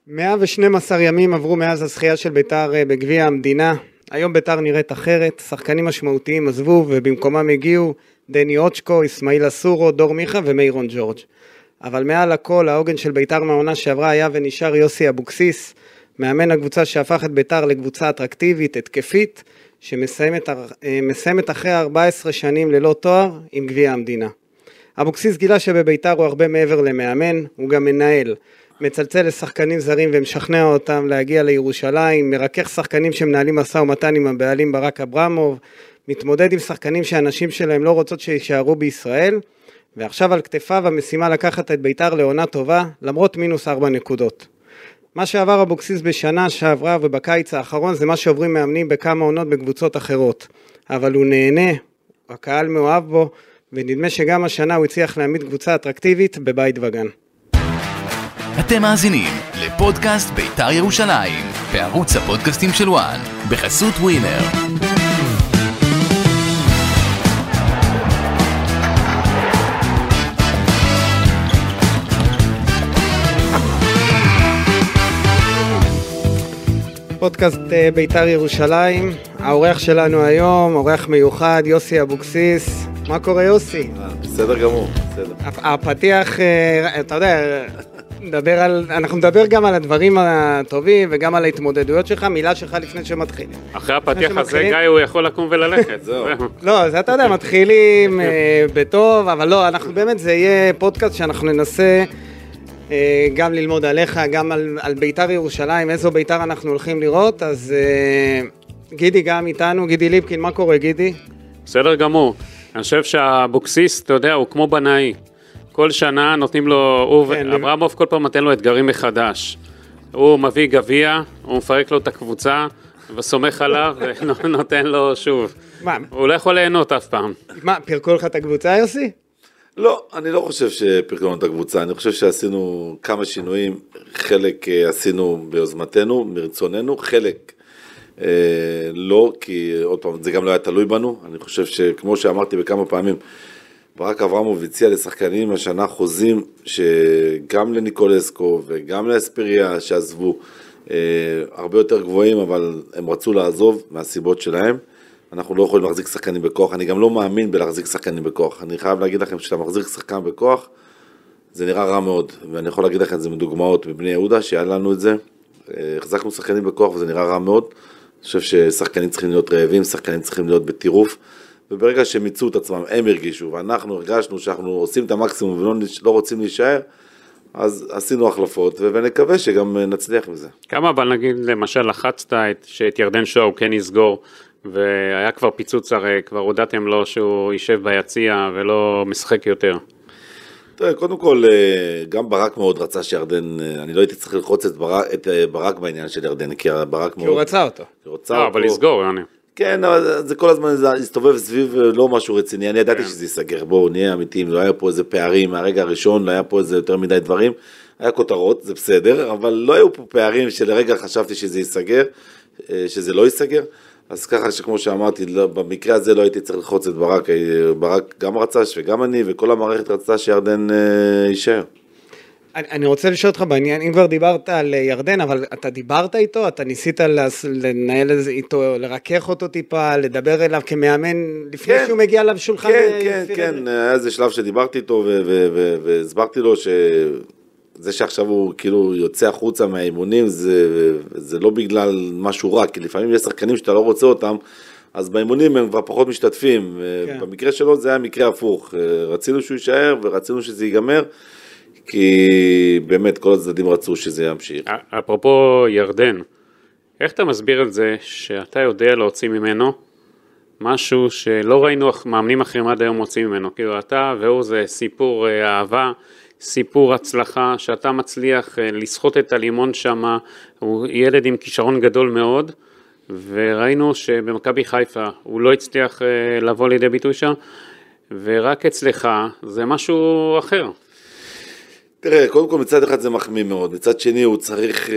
112 ימים עברו מאז הזכייה של ביתר בגביע המדינה. היום ביתר נראית אחרת, שחקנים משמעותיים עזבו ובמקומם הגיעו דני אוצ'קו, אסמאעיל אסורו, דור מיכה ומיירון ג'ורג'. אבל מעל הכל העוגן של ביתר מהעונה שעברה היה ונשאר יוסי אבוקסיס, מאמן הקבוצה שהפך את ביתר לקבוצה אטרקטיבית, התקפית, שמסיימת אחרי 14 שנים ללא תואר עם גביע המדינה. אבוקסיס גילה שבביתר הוא הרבה מעבר למאמן, הוא גם מנהל. מצלצל לשחקנים זרים ומשכנע אותם להגיע לירושלים, מרכך שחקנים שמנהלים משא ומתן עם הבעלים ברק אברמוב, מתמודד עם שחקנים שהאנשים שלהם לא רוצות שישארו בישראל, ועכשיו על כתפיו המשימה לקחת את ביתר לעונה טובה, למרות מינוס 4 נקודות. מה שעבר אבוקסיס בשנה שעברה ובקיץ האחרון זה מה שעוברים מאמנים בכמה עונות בקבוצות אחרות, אבל הוא נהנה, הקהל מאוהב בו, ונדמה שגם השנה הוא הצליח להעמיד קבוצה אטרקטיבית בבית וגן. אתם מאזינים לפודקאסט ביתר ירושלים, בערוץ הפודקאסטים של וואן, בחסות ווינר. פודקאסט ביתר ירושלים, האורח שלנו היום, אורח מיוחד, יוסי אבוקסיס. מה קורה יוסי? בסדר גמור, בסדר. הפתיח, אתה יודע, אנחנו נדבר גם על הדברים הטובים וגם על ההתמודדויות שלך, מילה שלך לפני שמתחילים. אחרי הפתיח הזה גיא הוא יכול לקום וללכת, זהו. לא, זה אתה יודע, מתחילים בטוב, אבל לא, אנחנו באמת, זה יהיה פודקאסט שאנחנו ננסה גם ללמוד עליך, גם על ביתר ירושלים, איזו ביתר אנחנו הולכים לראות, אז גידי גם איתנו, גידי ליפקין, מה קורה גידי? בסדר גמור, אני חושב שהאבוקסיס, אתה יודע, הוא כמו בנאי. כל שנה נותנים לו, אברמוב כל פעם נותן לו אתגרים מחדש. הוא מביא גביע, הוא מפרק לו את הקבוצה, וסומך עליו, ונותן לו שוב. הוא לא יכול ליהנות אף פעם. מה, פירקו לך את הקבוצה, יוסי? לא, אני לא חושב שפירקנו את הקבוצה, אני חושב שעשינו כמה שינויים, חלק עשינו ביוזמתנו, מרצוננו, חלק לא, כי עוד פעם, זה גם לא היה תלוי בנו, אני חושב שכמו שאמרתי בכמה פעמים, ברק אברמוב הציע לשחקנים השנה חוזים שגם לניקולסקו וגם לאספריה שעזבו הרבה יותר גבוהים, אבל הם רצו לעזוב מהסיבות שלהם. אנחנו לא יכולים להחזיק שחקנים בכוח, אני גם לא מאמין בלהחזיק שחקנים בכוח. אני חייב להגיד לכם שאתה מחזיק שחקן בכוח, זה נראה רע מאוד, ואני יכול להגיד לכם את זה מדוגמאות בבני יהודה, שהיה לנו את זה. החזקנו שחקנים בכוח וזה נראה רע מאוד. אני חושב ששחקנים צריכים להיות רעבים, שחקנים צריכים להיות בטירוף. וברגע שהם יצאו את עצמם, הם הרגישו, ואנחנו הרגשנו שאנחנו עושים את המקסימום ולא רוצים להישאר, אז עשינו החלפות, ונקווה שגם נצליח מזה. כמה אבל נגיד למשל לחצת שאת ירדן שואו כן יסגור, והיה כבר פיצוץ הרי, כבר הודעתם לו שהוא יישב ביציע ולא משחק יותר. תראה, קודם כל, גם ברק מאוד רצה שירדן, אני לא הייתי צריך ללחוץ את ברק בעניין של ירדן, כי ברק מאוד... כי הוא רצה אותו. אבל לסגור, יוני. כן, אבל זה כל הזמן הסתובב סביב לא משהו רציני, אני ידעתי שזה ייסגר, בואו נהיה אמיתיים, לא היה פה איזה פערים מהרגע הראשון, לא היה פה איזה יותר מדי דברים, היה כותרות, זה בסדר, אבל לא היו פה פערים שלרגע חשבתי שזה ייסגר, שזה לא ייסגר, אז ככה שכמו שאמרתי, במקרה הזה לא הייתי צריך לחוץ את ברק, ברק גם רצה וגם אני, וכל המערכת רצתה שירדן יישאר. אני רוצה לשאול אותך בעניין, אם כבר דיברת על ירדן, אבל אתה דיברת איתו, אתה ניסית לנהל איתו, לרכך אותו טיפה, לדבר אליו כמאמן, לפני שהוא מגיע אליו שולחן? כן, היה איזה שלב שדיברתי איתו, והסברתי לו שזה שעכשיו הוא כאילו יוצא החוצה מהאימונים, זה לא בגלל משהו רע, כי לפעמים יש שחקנים שאתה לא רוצה אותם, אז באימונים הם כבר פחות משתתפים, במקרה שלו זה היה מקרה הפוך, רצינו שהוא יישאר ורצינו שזה ייגמר, כי באמת כל הצדדים רצו שזה ימשיך. אפרופו ירדן, איך אתה מסביר את זה שאתה יודע להוציא ממנו משהו שלא ראינו מאמנים אחרים עד היום מוצאים ממנו, כאילו אתה והוא זה סיפור אהבה, סיפור הצלחה, שאתה מצליח לסחוט את הלימון שם, הוא ילד עם כישרון גדול מאוד, וראינו שבמכבי חיפה הוא לא הצליח לבוא לידי ביטוי שם, ורק אצלך זה משהו אחר. תראה, קודם כל מצד אחד זה מחמיא מאוד, מצד שני הוא צריך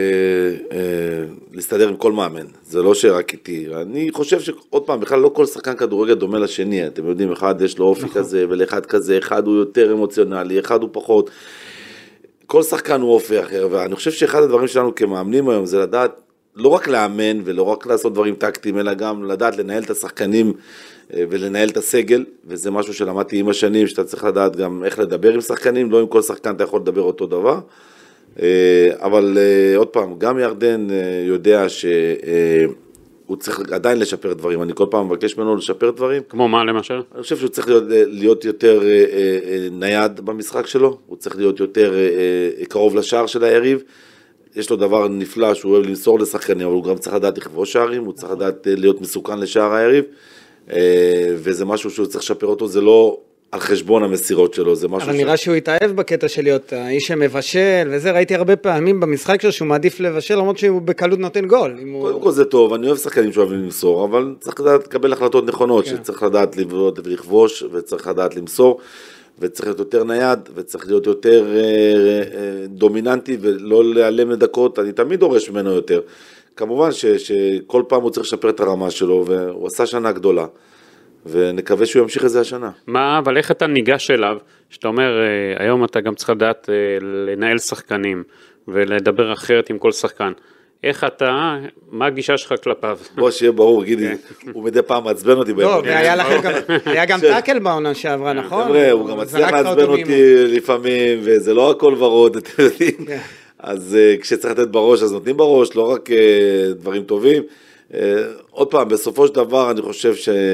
להסתדר עם כל מאמן, זה לא שרק איתי, אני חושב שעוד פעם, בכלל לא כל שחקן כדורגל דומה לשני, אתם יודעים, אחד יש לו אופי כזה ולאחד כזה, אחד הוא יותר אמוציונלי, אחד הוא פחות, כל שחקן הוא אופי אחר, ואני חושב שאחד הדברים שלנו כמאמנים היום זה לדעת לא רק לאמן ולא רק לעשות דברים טקטיים, אלא גם לדעת לנהל את השחקנים ולנהל את הסגל, וזה משהו שלמדתי עם השנים, שאתה צריך לדעת גם איך לדבר עם שחקנים, לא עם כל שחקן אתה יכול לדבר אותו דבר, אבל עוד פעם, גם ירדן יודע שהוא צריך עדיין לשפר דברים, אני כל פעם מבקש ממנו לשפר דברים. כמו מה למשל? אני חושב שהוא צריך להיות יותר נייד במשחק שלו, הוא צריך להיות יותר קרוב לשער של היריב, יש לו דבר נפלא שהוא אוהב למסור לשחקנים, אבל הוא גם צריך לדעת לכבוש שערים, הוא צריך לדעת להיות מסוכן לשער היריב, וזה משהו שהוא צריך לשפר אותו, זה לא על חשבון המסירות שלו, זה משהו אבל נראה שהוא התאהב בקטע של להיות האיש שמבשל, וזה ראיתי הרבה פעמים במשחק שלו שהוא מעדיף לבשל, למרות שהוא בקלות נותן גול. קודם כל זה טוב, אני אוהב שחקנים שאוהבים למסור, אבל צריך לדעת לקבל החלטות נכונות, שצריך לדעת לבעוט ולכבוש, וצריך לדעת למסור, וצריך להיות יותר נייד, וצריך להיות יותר דומיננטי, ולא להיעלם לדקות, אני תמיד דורש ממנו יותר. כמובן שכל פעם הוא צריך לשפר את הרמה שלו, והוא עשה שנה גדולה, ונקווה שהוא ימשיך את זה השנה. מה, אבל איך אתה ניגש אליו, שאתה אומר, היום אתה גם צריך לדעת לנהל שחקנים, ולדבר אחרת עם כל שחקן. איך אתה, מה הגישה שלך כלפיו? בוא, שיהיה ברור, גידי, הוא מדי פעם מעצבן אותי. לא, והיה גם טאקל בעונה שעברה, נכון? חבר'ה, הוא גם מצליח לעצבן אותי לפעמים, וזה לא הכל ורוד, אתם יודעים. אז כשצריך לתת בראש, אז נותנים בראש, לא רק דברים טובים. עוד פעם, בסופו של דבר, אני חושב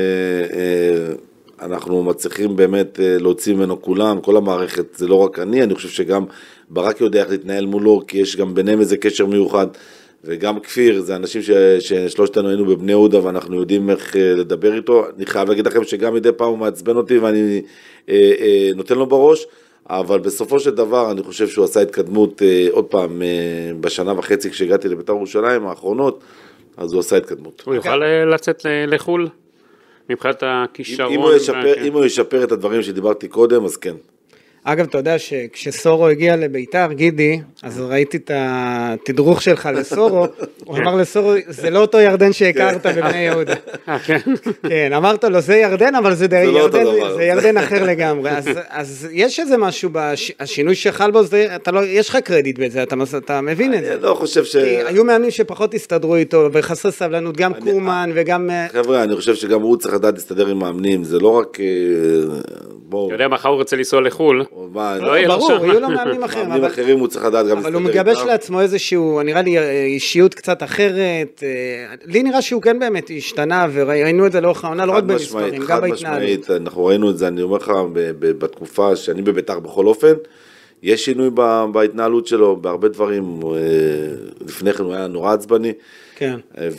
שאנחנו מצליחים באמת להוציא ממנו כולם, כל המערכת, זה לא רק אני חושב שגם ברק יודע איך להתנהל מולו, כי יש גם ביניהם איזה קשר מיוחד, וגם כפיר, זה אנשים ששלושתנו היינו בבני יהודה, ואנחנו יודעים איך לדבר איתו. אני חייב להגיד לכם שגם מדי פעם הוא מעצבן אותי, ואני נותן לו בראש, אבל בסופו של דבר אני חושב שהוא עשה התקדמות, עוד פעם, בשנה וחצי כשהגעתי לבית"ר ירושלים האחרונות, אז הוא עשה התקדמות. הוא יוכל לצאת לחול? מבחינת הכישרון? אם הוא ישפר את הדברים שדיברתי קודם, אז כן. אגב, אתה יודע שכשסורו הגיע לביתר, גידי, אז ראיתי את התדרוך שלך לסורו, הוא אמר לסורו, זה לא אותו ירדן שהכרת בבני יהודה. כן. כן, אמרת לו, זה ירדן, אבל זה ירדן אחר לגמרי. אז יש איזה משהו בשינוי שחל בו, יש לך קרדיט בזה, אתה מבין את זה. אני לא חושב ש... היו מאמנים שפחות הסתדרו איתו, וחסר סבלנות, גם קומן וגם... חבר'ה, אני חושב שגם הוא צריך לדעת להסתדר עם מאמנים, זה לא רק... אתה יודע, מחר הוא רוצה לנסוע לחול. ברור, יהיו לו מאמנים אחרים. מאמנים אחרים הוא צריך לדעת גם אבל הוא מגבש לעצמו איזשהו, נראה לי, אישיות קצת אחרת. לי נראה שהוא כן באמת השתנה, וראינו את זה לאורך העונה, לא רק במספרים, גם בהתנהלות. אנחנו ראינו את זה, אני אומר לך, בתקופה שאני בבית"ר בכל אופן, יש שינוי בהתנהלות שלו, בהרבה דברים. לפני כן הוא היה נורא עצבני. כן.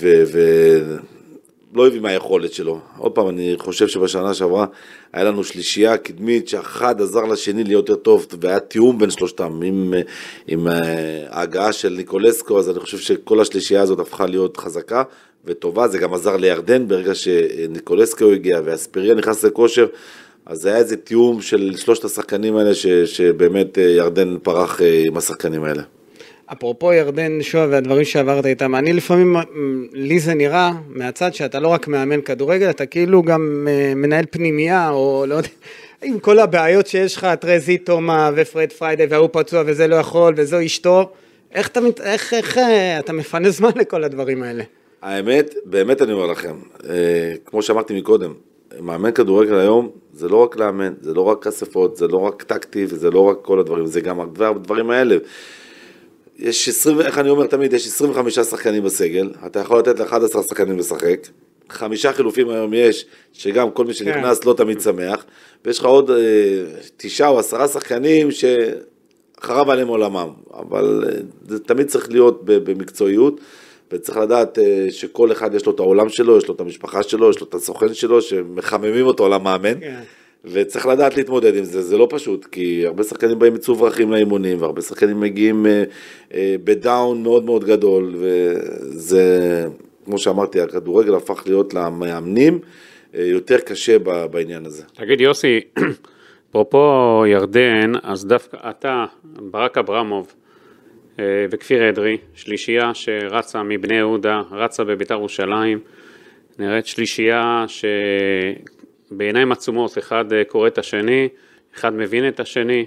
לא הביא מהיכולת שלו. עוד פעם, אני חושב שבשנה שעברה היה לנו שלישייה קדמית שאחד עזר לשני להיות יותר טוב, והיה תיאום בין שלושתם עם ההגעה של ניקולסקו, אז אני חושב שכל השלישייה הזאת הפכה להיות חזקה וטובה, זה גם עזר לירדן ברגע שניקולסקו הגיע והספיריה נכנס לכושר, אז היה איזה תיאום של שלושת השחקנים האלה שבאמת ירדן פרח עם השחקנים האלה. אפרופו ירדן שואה והדברים שעברת איתם, אני לפעמים, לי זה נראה מהצד שאתה לא רק מאמן כדורגל, אתה כאילו גם מנהל פנימייה, או לא יודע, עם כל הבעיות שיש לך, טרזי תומה ופרד פריידי, והוא פצוע וזה לא יכול, וזו אשתו, איך אתה מפנה זמן לכל הדברים האלה? האמת, באמת אני אומר לכם, כמו שאמרתי מקודם, מאמן כדורגל היום, זה לא רק לאמן, זה לא רק אספות, זה לא רק טקטי, וזה לא רק כל הדברים, זה גם הדברים האלה. יש 20, איך אני אומר תמיד, יש 25 שחקנים בסגל, אתה יכול לתת ל-11 שחקנים לשחק, 5 חילופים היום יש, שגם כל מי שנכנס לא תמיד שמח, ויש לך עוד 9 או 10 שחקנים שחרב עליהם עולמם, אבל זה תמיד צריך להיות במקצועיות, וצריך לדעת שכל אחד יש לו את העולם שלו, יש לו את המשפחה שלו, יש לו את הסוכן שלו, שמחממים אותו למאמן, וצריך לדעת להתמודד עם זה, זה לא פשוט, כי הרבה שחקנים באים מצוברחים לאימונים, והרבה שחקנים מגיעים בדאון מאוד מאוד גדול, וזה, כמו שאמרתי, הכדורגל הפך להיות למאמנים יותר קשה בעניין הזה. תגיד יוסי, אפרופו ירדן, אז דווקא אתה, ברק אברמוב, וכפיר אדרי, שלישייה שרצה מבני יהודה, רצה בבית"ר ירושלים, נראית שלישייה בעיניים עצומות, אחד קורא את השני, אחד מבין את השני,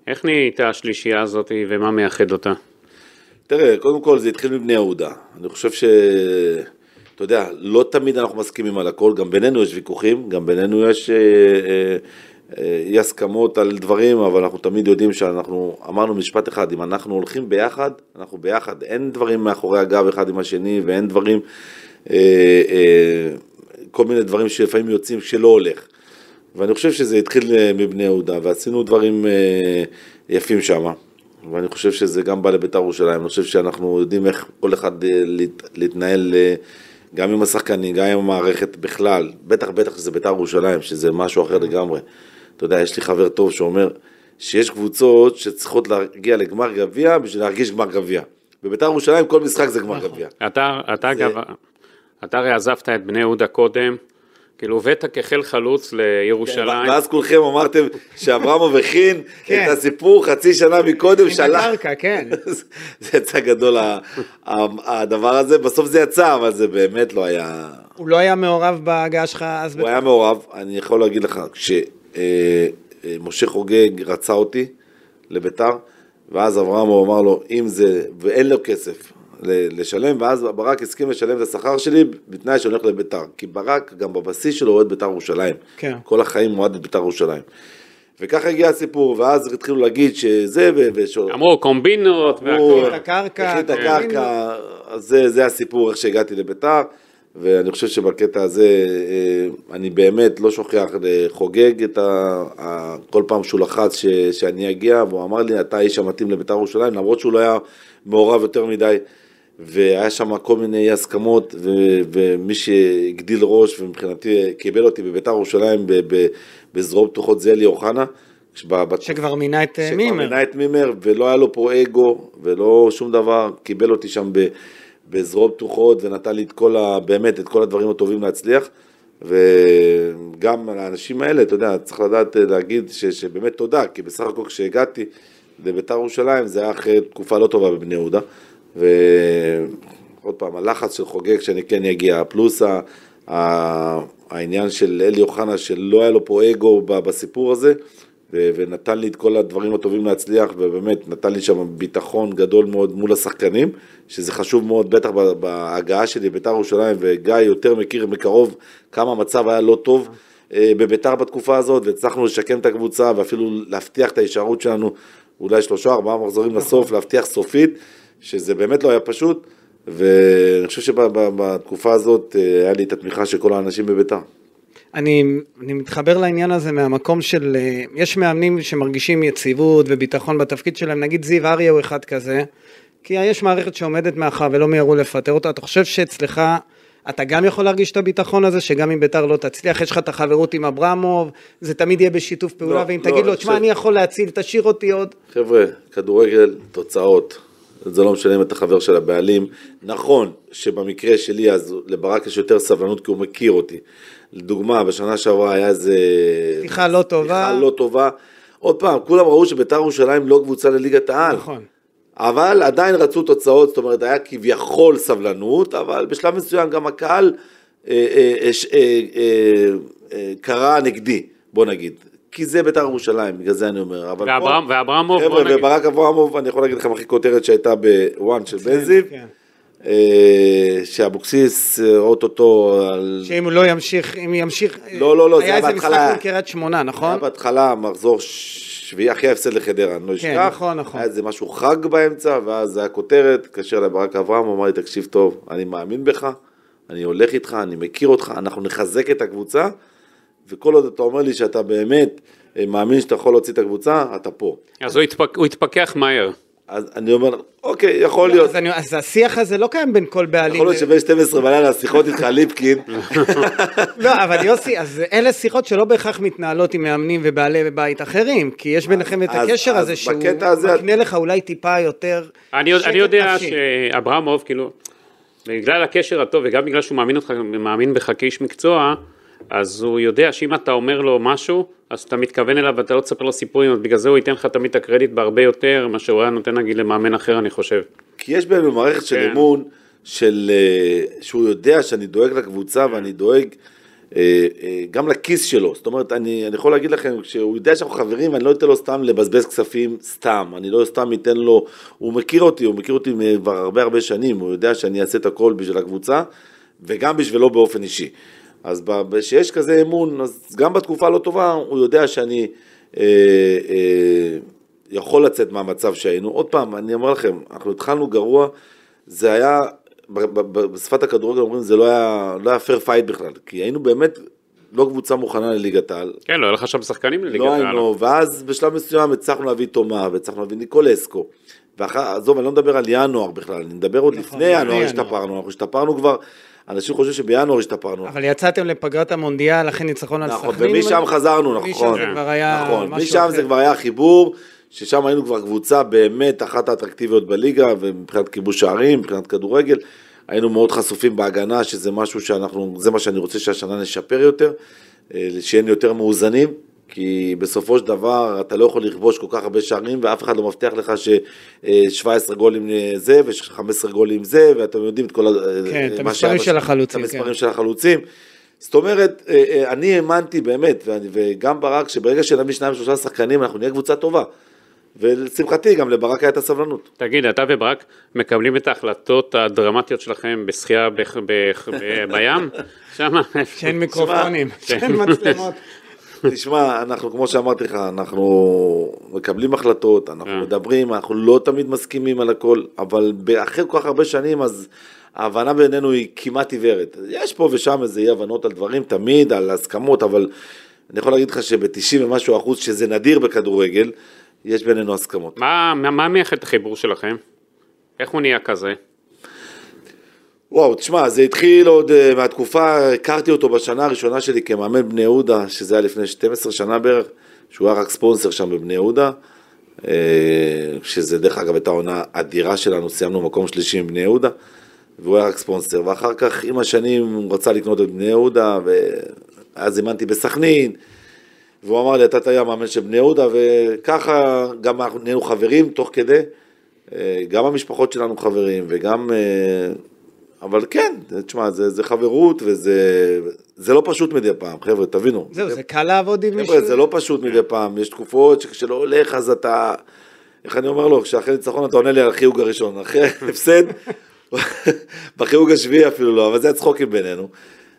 איך נהייתה השלישייה הזאת ומה מייחד אותה? תראה, קודם כל זה התחיל מבני יהודה. אני חושב אתה יודע, לא תמיד אנחנו מסכימים על הכל, גם בינינו יש ויכוחים, גם בינינו יש אי הסכמות על דברים, אבל אנחנו תמיד יודעים שאנחנו אמרנו משפט אחד, אם אנחנו הולכים ביחד, אנחנו ביחד, אין דברים מאחורי הגב אחד עם השני, ואין דברים, כל מיני דברים שלפעמים יוצאים שלא הולך. ואני חושב שזה התחיל מבני יהודה, ועשינו דברים יפים שם, ואני חושב שזה גם בא לבית"ר ירושלים, אני חושב שאנחנו יודעים איך כל אחד להתנהל גם עם השחקנים, גם עם המערכת בכלל, בטח שזה בית"ר ירושלים, שזה משהו אחר לגמרי. אתה יודע, יש לי חבר טוב שאומר שיש קבוצות שצריכות להגיע לגמר גביע בשביל להרגיש גמר גביע. בבית"ר ירושלים כל משחק זה גמר גביע. אתה הרי עזבת את בני יהודה קודם, כאילו הבאת כחיל חלוץ לירושלים. ואז כולכם אמרתם שאברמוב הכין את הסיפור חצי שנה מקודם, שלח. בקרקע, כן. זה יצא גדול הדבר הזה, בסוף זה יצא, אבל זה באמת לא היה... הוא לא היה מעורב בהגעה שלך אז? הוא היה מעורב, אני יכול להגיד לך, כשמשה חוגג רצה אותי לביתר, ואז אברמוב אמר לו, אם זה, ואין לו כסף לשלם, ואז ברק הסכים לשלם את השכר שלי, בתנאי שהולך לביתר, כי ברק גם בבסיס שלו אוהד ביתר ירושלים, כן. כל החיים הוא אוהד את ביתר ירושלים. וככה הגיע הסיפור, ואז התחילו להגיד שזה, אמרו קומבינות, הכין את הקרקע, הכין את הקרקע, זה הסיפור, איך שהגעתי לביתר, ואני חושב שבקטע הזה, אני באמת לא שוכח לחוגג כל פעם שהוא לחץ שאני אגיע, והוא אמר לי, אתה איש המתאים לביתר ירושלים, למרות שהוא לא היה מעורב יותר מדי, והיה שם כל מיני הסכמות, ומי שהגדיל ראש, ומבחינתי קיבל אותי בביתר ירושלים, בזרועות פתוחות זה אלי אוחנה, שכבר מינה את מימר. שכבר מינה את מימר, ולא היה לו פה אגו, ולא שום דבר, קיבל אותי שם בזרועות פתוחות, ונתן לי באמת את כל הדברים הטובים להצליח, וגם לאנשים האלה, אתה יודע, צריך לדעת להגיד שבאמת תודה, כי בסך הכל כשהגעתי לביתר ירושלים, זה היה אחרי תקופה לא טובה בבני יהודה, ועוד פעם, הלחץ של חוגג שאני כן יגיע, פלוס העניין של אלי אוחנה, שלא היה לו פה אגו בסיפור הזה, ונתן לי את כל הדברים הטובים להצליח, ובאמת נתן לי שם ביטחון גדול מאוד מול השחקנים, שזה חשוב מאוד, בטח בהגעה שלי בביתר ירושלים, וגיא יותר מכיר מקרוב כמה המצב היה לא טוב בביתר בתקופה הזאת, והצלחנו לשקם את הקבוצה, ואפילו להבטיח את ההישארות שלנו, אולי 3-4 מחזורים לסוף, להבטיח סופית, שזה באמת לא היה פשוט, ואני חושב שבתקופה הזאת היה לי את התמיכה של כל האנשים בביתר. אני מתחבר לעניין הזה מהמקום של, יש מאמנים שמרגישים יציבות וביטחון בתפקיד שלהם, נגיד זיו אריה הוא אחד כזה, כי יש מערכת שעומדת מאחר ולא מיירו לפטר אותה, אתה חושב שאצלך אתה גם יכול להרגיש את הביטחון הזה, שגם אם ביתר לא תצליח, יש לך את החברות עם אברמוב, זה תמיד יהיה בשיתוף פעולה, ואם תגיד לו, תשמע, אני יכול להציל, תשאיר אותי עוד. חבר'ה, כדורגל, תוצאות, זה לא משנה אם אתה חבר של הבעלים, נכון שבמקרה שלי, אז לברק יש יותר סבלנות, כי הוא מכיר אותי. לדוגמה, בשנה שעברה היה איזה... פתיחה לא טובה. עוד פעם, כולם ראו שביתר ירושלים לא קבוצה לליגת העל. נכון. אבל עדיין רצו תוצאות, זאת אומרת, היה כביכול סבלנות, אבל בשלב מסוים גם הקהל קרא נגדי, בוא נגיד. כי זה ביתר ירושלים, בגלל זה אני אומר. ואברמוב, וברק אברמוב, אני יכול להגיד לכם הכי כותרת שהייתה בוואן של בן זיו, שאבוקסיס אוטוטו על... שאם הוא לא ימשיך, אם ימשיך... לא, היה איזה משחק בקריית שמונה, נכון? היה בהתחלה מחזור שביעי אחרי ההפסד לחדרה, אני לא אשכח. כן, נכון. היה איזה משהו חג באמצע, ואז זה היה כותרת, התקשר לברק אברהם, אמר לי, תקשיב טוב, אני מאמין בך, אני הולך איתך, אני מכיר אותך, אנחנו נחזק את הקבוצה, וכל עוד אתה אומר לי שאתה באמת מאמין שאתה יכול להוציא את הקבוצה, אתה פה. אז הוא התפקח מהר. אז אני אומר, אוקיי, יכול להיות. אז השיח הזה לא קיים בין כל בעלים. יכול להיות שבין 12 בלילה השיחות איתך ליפקין. לא, אבל יוסי, אז אלה שיחות שלא בהכרח מתנהלות עם מאמנים ובעלי בית אחרים, כי יש ביניכם את הקשר הזה שהוא מקנה לך אולי טיפה יותר... אני יודע שאברמוב, כאילו, בגלל הקשר הטוב וגם בגלל שהוא מאמין בך כאיש מקצוע, אז הוא יודע שאם אתה אומר לו משהו, אז אתה מתכוון אליו ואתה לא תספר לו סיפורים, אז בגלל זה הוא ייתן לך תמיד את הקרדיט בהרבה יותר, מה שהוא היה נותן נגיד למאמן אחר, אני חושב. כי יש בהם מערכת של אמון, שהוא יודע שאני דואג לקבוצה ואני דואג גם לכיס שלו, זאת אומרת, אני יכול להגיד לכם, כשהוא יודע שאנחנו חברים, אני לא אתן לו סתם לבזבז כספים סתם, אני לא סתם אתן לו, הוא מכיר אותי כבר הרבה שנים, הוא יודע שאני אעשה את הכל בשביל הקבוצה, וגם בשבילו באופן אישי. אז שיש כזה אמון, אז גם בתקופה לא טובה, הוא יודע שאני יכול לצאת מהמצב שהיינו. עוד פעם, אני אומר לכם, אנחנו התחלנו גרוע, זה היה, בשפת הכדורגל אומרים, זה לא היה פייר פייט בכלל, כי היינו באמת לא קבוצה מוכנה לליגת העל. כן, לא היה לך שם שחקנים לליגת העל. לא היינו, ואז בשלב מסוים הצלחנו להביא תומה, והצלחנו להביא ניקולסקו, עזוב, אני לא מדבר על ינואר בכלל, אני מדבר עוד לפני ינואר השתפרנו, אנחנו השתפרנו כבר, אנשים חושבים שבינואר השתפרנו. אבל יצאתם לפגרת המונדיאל, לכן ניצחון על סכנין. ומשם חזרנו, נכון. משם זה כבר היה חיבור, ששם היינו כבר קבוצה באמת אחת האטרקטיביות בליגה, ומבחינת כיבוש שערים, מבחינת כדורגל, היינו מאוד חשופים בהגנה, שזה משהו זה מה שאני רוצה שהשנה נשפר יותר, שיהיו יותר מאוזנים, כי בסופו של דבר אתה לא יכול לכבוש כל כך הרבה שערים, ואף אחד לא מבטיח לך ש17 גולים זה, ו15 גולים זה, ואתם יודעים את כל כן, את המספרים של החלוצים. את המספרים של החלוצים. זאת אומרת, אני האמנתי באמת, וגם ברק, שברגע שנביא 2-3 שחקנים, אנחנו נהיה קבוצה טובה. ולשמחתי, גם לברק הייתה סבלנות. תגיד, אתה וברק מקבלים את ההחלטות הדרמטיות שלכם בשחייה בים? שמה? שאין מיקרופונים, שאין מצלמות. תשמע, אנחנו, כמו שאמרתי לך, אנחנו מקבלים החלטות, אנחנו מדברים, אנחנו לא תמיד מסכימים על הכל, אבל אחרי כל כך הרבה שנים, אז ההבנה בינינו היא כמעט עיוורת. יש פה ושם איזה אי הבנות על דברים, תמיד, על הסכמות, אבל אני יכול להגיד לך שב-90 ומשהו אחוז, שזה נדיר בכדורגל, יש בינינו הסכמות. מה מייחד את החיבור שלכם? איך הוא נהיה כזה? וואו, תשמע, זה התחיל עוד מהתקופה, הכרתי אותו בשנה הראשונה שלי כמאמן בני יהודה, שזה היה לפני 12 שנה בערך, שהוא היה רק ספונסר שם בבני יהודה, שזה דרך אגב הייתה עונה אדירה שלנו, סיימנו מקום שלישי מבני יהודה, והוא היה רק ספונסר, ואחר כך עם השנים הוא רצה לקנות את בני יהודה, ואז אימנתי בסכנין, והוא אמר לי, אתה תהיה המאמן של בני יהודה, וככה גם אנחנו נהיינו חברים תוך כדי, גם המשפחות שלנו חברים, וגם... אבל כן, תשמע, זה חברות, וזה לא פשוט מדי פעם, חבר'ה, תבינו. זהו, זה קל לעבוד עם מישהו. חבר'ה, זה לא פשוט מדי פעם, יש תקופות שכשלא הולך, אז אתה, איך אני אומר לו, כשאחרי ניצחון אתה עונה לי על החיוג הראשון, אחרי הפסד, בחיוג השביעי אפילו לא, אבל זה הצחוקים בינינו.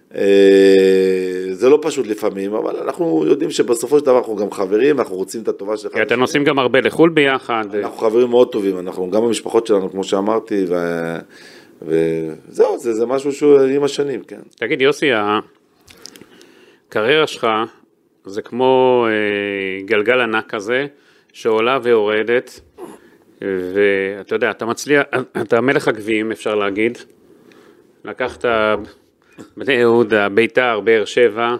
זה לא פשוט לפעמים, אבל אנחנו יודעים שבסופו של דבר אנחנו גם חברים, אנחנו רוצים את הטובה שלך. כי אתם נוסעים גם הרבה לחול ביחד. אנחנו חברים מאוד טובים, אנחנו גם במשפחות שלנו, כמו שאמרתי, וזהו, זה משהו שהוא עם השנים, כן. תגיד, יוסי, הקריירה שלך זה כמו גלגל ענק כזה, שעולה ויורדת, ואתה יודע, אתה מצליח, אתה מלך הגביעים, אפשר להגיד, לקחת בני יהודה, ביתר, באר שבע,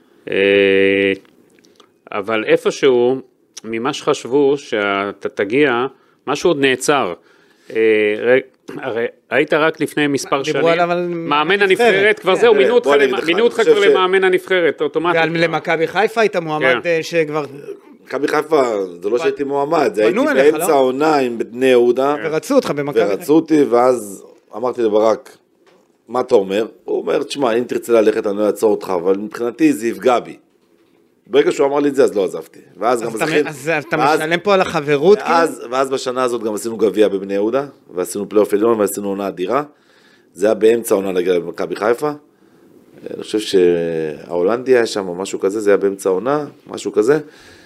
אבל איפשהו, ממה שחשבו שאתה תגיע, משהו עוד נעצר. הרי היית רק לפני מספר שנים, מאמן הנבחרת, כבר זהו, מינו אותך כבר למאמן הנבחרת, אוטומטית. למכבי חיפה היית מועמד שכבר... מכבי חיפה, זה לא שהייתי מועמד, זה הייתי באמצע העונה עם בני יהודה. ורצו אותך במכבי. ורצו אותי, ואז אמרתי לברק, מה אתה אומר? הוא אומר, תשמע, אם תרצה ללכת אני לא אעצור אותך, אבל מבחינתי זה יפגע בי. ברגע שהוא אמר לי את זה, אז לא עזבתי. ואז גם זכינו. אז אתה משלם פה על החברות? ואז בשנה הזאת גם עשינו גביע בבני יהודה, ועשינו פלייאוף עליון, ועשינו עונה אדירה. זה היה באמצע העונה להגיע למכבי חיפה. אני חושב שההולנדי היה שם, משהו כזה, זה היה באמצע העונה, משהו כזה.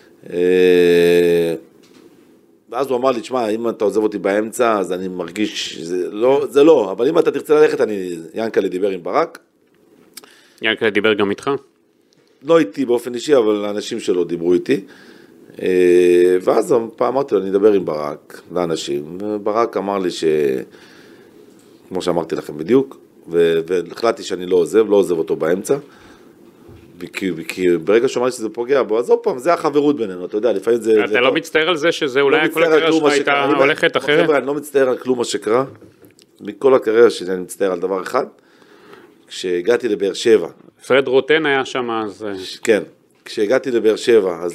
ואז הוא אמר לי, תשמע, אם אתה עוזב אותי באמצע, אז אני מרגיש, זה לא, אבל אם אתה תרצה ללכת, ינקלה דיבר עם ברק. ינקלה דיבר גם איתך? לא איתי באופן אישי, אבל האנשים שלו דיברו איתי. ואז אמרתי לו, אני אדבר עם ברק, לאנשים. ברק אמר לי כמו שאמרתי לכם בדיוק, והחלטתי שאני לא עוזב אותו באמצע. כי ברגע שאומר שזה פוגע בו, אז עוד פעם, זה החברות בינינו, אתה יודע, לפעמים זה... אתה לא מצטער על זה שזה אולי כל הקריירה שלך הייתה הולכת אחרת? חבר'ה, אני לא מצטער על כלום מה שקרה, מכל הקריירה שלי אני מצטער על דבר אחד, כשהגעתי לבאר שבע. פרד רוטן היה שם אז... כן, כשהגעתי לבאר שבע, אז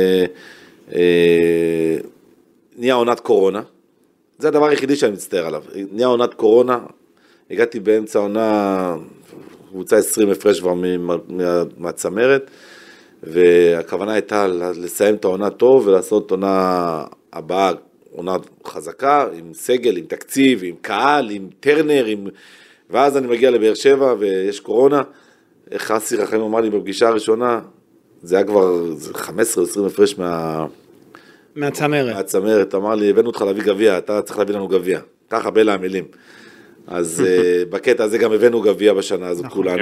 נהיה עונת קורונה, זה הדבר היחידי שאני מצטער עליו, נהיה עונת קורונה, הגעתי באמצע עונה... קבוצה 20 הפרש כבר מהצמרת, והכוונה הייתה לסיים את העונה טוב, ולעשות עונה הבאה, עונה חזקה, עם סגל, עם תקציב, עם קהל, עם טרנר, ואז אני מגיע לבאר שבע, ויש קורונה, איך אסי רחמים אמר לי בפגישה הראשונה, זה היה כבר 15-20 הפרש מהצמרת, אמר לי, הבאנו אותך להביא גביע, אתה צריך להביא לנו גביע, ככה בין המילים. אז בקטע הזה גם הבאנו גביע בשנה הזאת כולנו.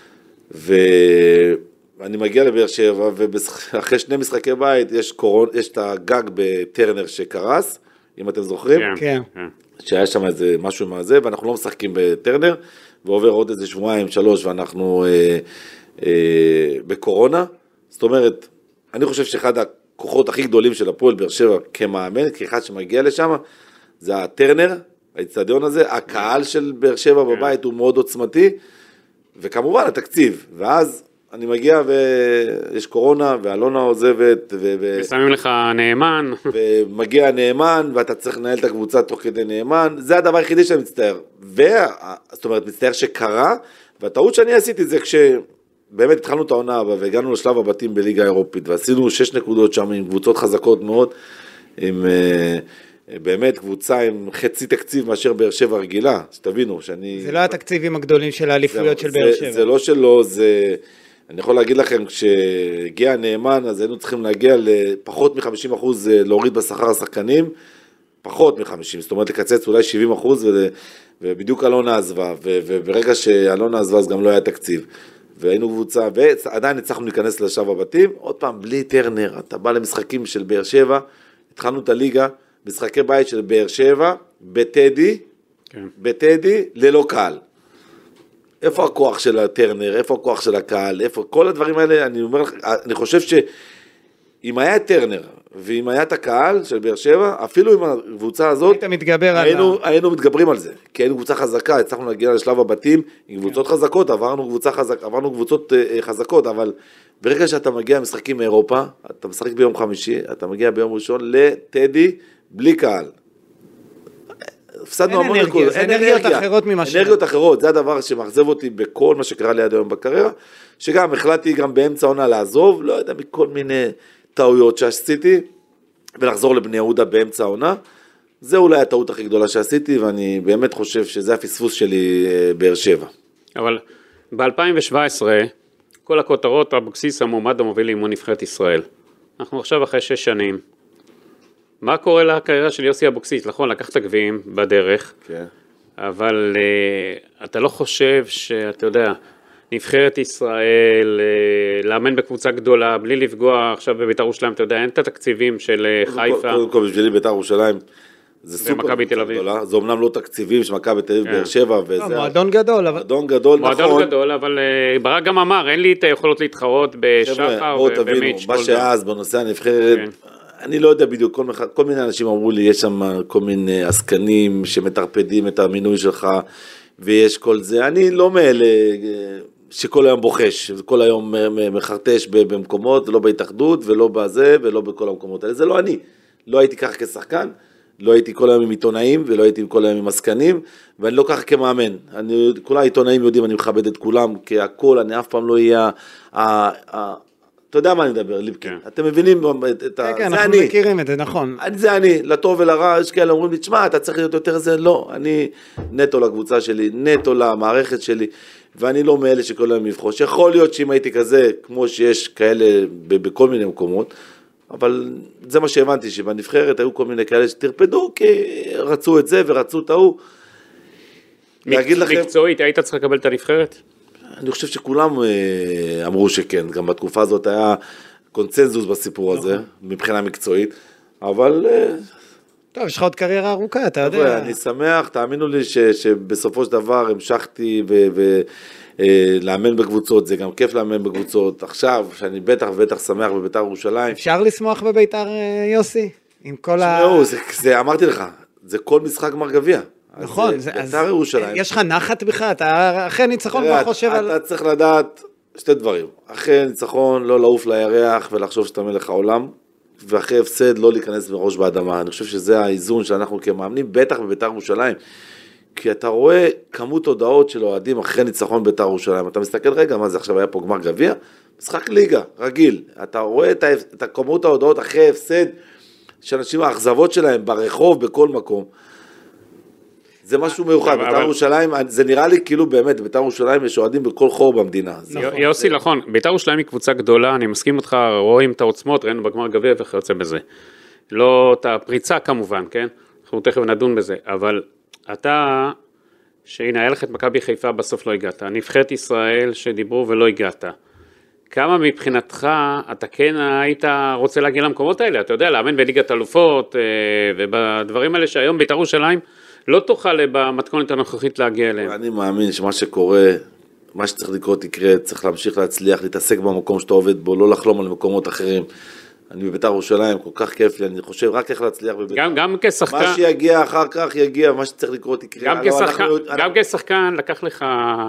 ואני מגיע לבאר שבע, ואחרי 2 משחקי בית, יש את הגג בטרנר שקרס, אם אתם זוכרים. כן. שהיה שם איזה משהו מהזה, ואנחנו לא משחקים בטרנר, ועובר עוד איזה 2-3, ואנחנו בקורונה. זאת אומרת, אני חושב שאחד הכוחות הכי גדולים של הפועל באר שבע כמאמן, כאחד שמגיע לשם, זה הטרנר, האצטדיון הזה, הקהל של באר שבע בבית הוא מאוד עוצמתי, וכמובן התקציב, ואז אני מגיע ויש קורונה, ואלונה עוזבת, ושמים לך נאמן, ומגיע נאמן, ואתה צריך לנהל את הקבוצה תוך כדי נאמן, זה הדבר היחידי שאני מצטער, זאת אומרת, מצטער שקרה, והטעות שאני עשיתי זה כשבאמת התחלנו את העונה הבאה, והגענו לשלב הבתים בליגה האירופית, ועשינו 6 נקודות שם עם קבוצות חזקות מאוד, עם באמת קבוצה עם חצי תקציב מאשר באר שבע רגילה, שתבינו שאני... זה לא התקציבים הגדולים של האליפויות של באר שבע. זה לא שלא, זה... אני יכול להגיד לכם, כשהגיע הנאמן, אז היינו צריכים להגיע לפחות מ-50% להוריד בשכר השחקנים, פחות מ-50, זאת אומרת לקצץ אולי 70%, ובדיוק אלונה עזבה, וברגע שאלונה עזבה אז גם לא היה תקציב, והיינו קבוצה, ועדיין הצלחנו להיכנס לשלב הבתים, עוד פעם בלי טרנר, אתה בא למשחקים של באר שבע, התחלנו את הליגה, משחקי בית של באר שבע, בטדי, ללא קהל. איפה הכוח של הטרנר, איפה הכוח של הקהל, איפה כל הדברים האלה, אני אומר לך, אני חושב שאם היה טרנר, ואם היה את הקהל של באר שבע, אפילו עם הקבוצה הזאת, היינו מתגברים על זה, כי היינו קבוצה חזקה, הצלחנו להגיע לשלב הבתים, עם קבוצות חזקות, עברנו קבוצות חזקות, אבל ברגע שאתה מגיע משחקים מאירופה, אתה משחק ביום חמישי, אתה מגיע ביום ראשון לטדי, בלי קהל. הפסדנו המון נקודות, אנרגיות אחרות, זה הדבר שמאכזב אותי בכל מה שקרה לי עד היום בקריירה, שגם החלטתי גם באמצע העונה לעזוב, לא יודע, מכל מיני טעויות שעשיתי, ולחזור לבני יהודה באמצע העונה, זה אולי הטעות הכי גדולה שעשיתי, ואני באמת חושב שזה הפספוס שלי באר שבע. אבל ב-2017, כל הכותרות, אבוקסיס המועמד המוביל לאימון נבחרת ישראל. אנחנו עכשיו אחרי 6 שנים. מה קורה לקריירה של יוסי אבוקסיס? נכון, לקחת גביעים בדרך, אבל אתה לא חושב שאתה יודע, נבחרת ישראל, לאמן בקבוצה גדולה, בלי לפגוע עכשיו בבית"ר ירושלים, אתה יודע, אין את התקציבים של חיפה. קודם כל, בשבילי בית"ר ירושלים, זה סופר גדולה, זה אומנם לא תקציבים של מכבי תל אביב באר שבע, מועדון גדול, מועדון גדול, אבל ברק גם אמר, אין לי את היכולות להתחרות בשחר ובמיץ'. מה שאז בנושא הנבחרת, אני לא יודע בדיוק, כל מיני אנשים אמרו לי, יש שם כל מיני עסקנים שמטרפדים את המינוי שלך, ויש כל זה, אני לא מאלה שכל היום בוחש, כל היום מחרטש במקומות, לא בהתאחדות, ולא בזה, ולא בכל המקומות האלה, זה לא אני, לא הייתי ככה כשחקן, לא הייתי כל היום עם עיתונאים, ולא הייתי כל היום עם עסקנים, ואני לא ככה כמאמן, כל העיתונאים יודעים, אני מכבד את כולם, כי הכל, אני אף פעם לא אהיה, אתה יודע מה אני מדבר, ליבקין, אתם מבינים את ה... כן, אנחנו מכירים את זה, נכון. זה אני, לטוב ולרע, יש כאלה אומרים לי, תשמע, אתה צריך להיות יותר זה, לא, אני נטו לקבוצה שלי, נטו למערכת שלי, ואני לא מאלה שכל היום מבחוש, יכול להיות שאם הייתי כזה, כמו שיש כאלה בכל מיני מקומות, אבל זה מה שהבנתי, שבנבחרת היו כל מיני כאלה שתרפדו, כי רצו את זה ורצו את ההוא. מקצועית, היית צריך לקבל את הנבחרת? אני חושב שכולם אמרו שכן, גם בתקופה הזאת היה קונצנזוס בסיפור הזה, מבחינה מקצועית, אבל... טוב, יש לך עוד קריירה ארוכה, אתה יודע. אני שמח, תאמינו לי שבסופו של דבר המשכתי לאמן בקבוצות, זה גם כיף לאמן בקבוצות, עכשיו, שאני בטח שמח בבית"ר ירושלים. אפשר לשמוח בבית"ר, יוסי? עם כל זה אמרתי לך, זה כל משחק גמר גביע. נכון, בית"ר ירושלים. יש לך נחת בכלל, אתה אחרי ניצחון כבר חושב על... אתה צריך לדעת שתי דברים, אחרי ניצחון לא לעוף לירח ולחשוב שאתה מלך העולם, ואחרי הפסד לא להיכנס מראש באדמה, אני חושב שזה האיזון שאנחנו כמאמנים, בטח בבית"ר ירושלים, כי אתה רואה כמות הודעות של אוהדים אחרי ניצחון בית"ר ירושלים, אתה מסתכל רגע, מה זה עכשיו היה פה גמר גביע? משחק ליגה, רגיל, אתה רואה את כמות ההודעות אחרי הפסד, שאנשים האכזבות שלהם ברחוב, בכל מקום, זה משהו מיוחד, בית"ר ירושלים, זה נראה לי כאילו באמת, בית"ר ירושלים יש אוהדים בכל חור במדינה. יוסי, נכון, בית"ר ירושלים היא קבוצה גדולה, אני מסכים אותך, רואים את העוצמות, ראינו בגמר גביע וכיוצא בזה. לא את הפריצה כמובן, כן? אנחנו תכף נדון בזה, אבל אתה, שהנה, היה לך את מכבי חיפה, בסוף לא הגעת. נבחרת ישראל שדיברו ולא הגעת. כמה מבחינתך אתה כן היית רוצה להגיע למקומות האלה? אתה יודע, לאמן בליגת אלופות, ובדברים האלה שהיום בית"ר ירושלים לא תוכל במתכונת הנוכחית להגיע אליהם. אני מאמין שמה שקורה, מה שצריך לקרות יקרה, צריך להמשיך להצליח, להתעסק במקום שאתה עובד בו, לא לחלום על מקומות אחרים. אני בבית"ר ירושלים, כל כך כיף לי, אני חושב רק איך להצליח בבית"ר. גם כשחקן. מה שיגיע אחר כך יגיע, מה שצריך לקרות יקרה. גם כשחקן לקח לך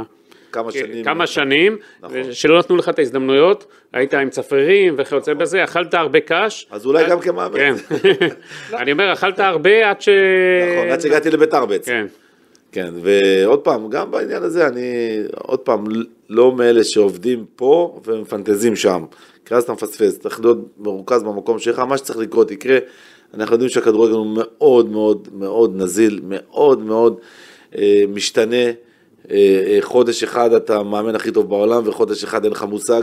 כמה שנים, נכון. שלא נתנו לך את ההזדמנויות, היית עם צפרים וכיוצא בזה, אכלת הרבה קש. אז אולי גם כמאמן. כן. אני אומר, אכלת הרבה עד נכון, עד שהגעתי לבית"ר בעצם. כן. כן, ועוד פעם, גם בעניין הזה, אני עוד פעם לא מאלה שעובדים פה ומפנטזים שם. כי אז אתה מפספס, צריך להיות מרוכז במקום שלך, מה שצריך לקרות יקרה. אנחנו יודעים שהכדורגל הוא מאוד מאוד מאוד נזיל, מאוד מאוד משתנה. חודש אחד אתה מאמן הכי טוב בעולם, וחודש אחד אין לך מושג.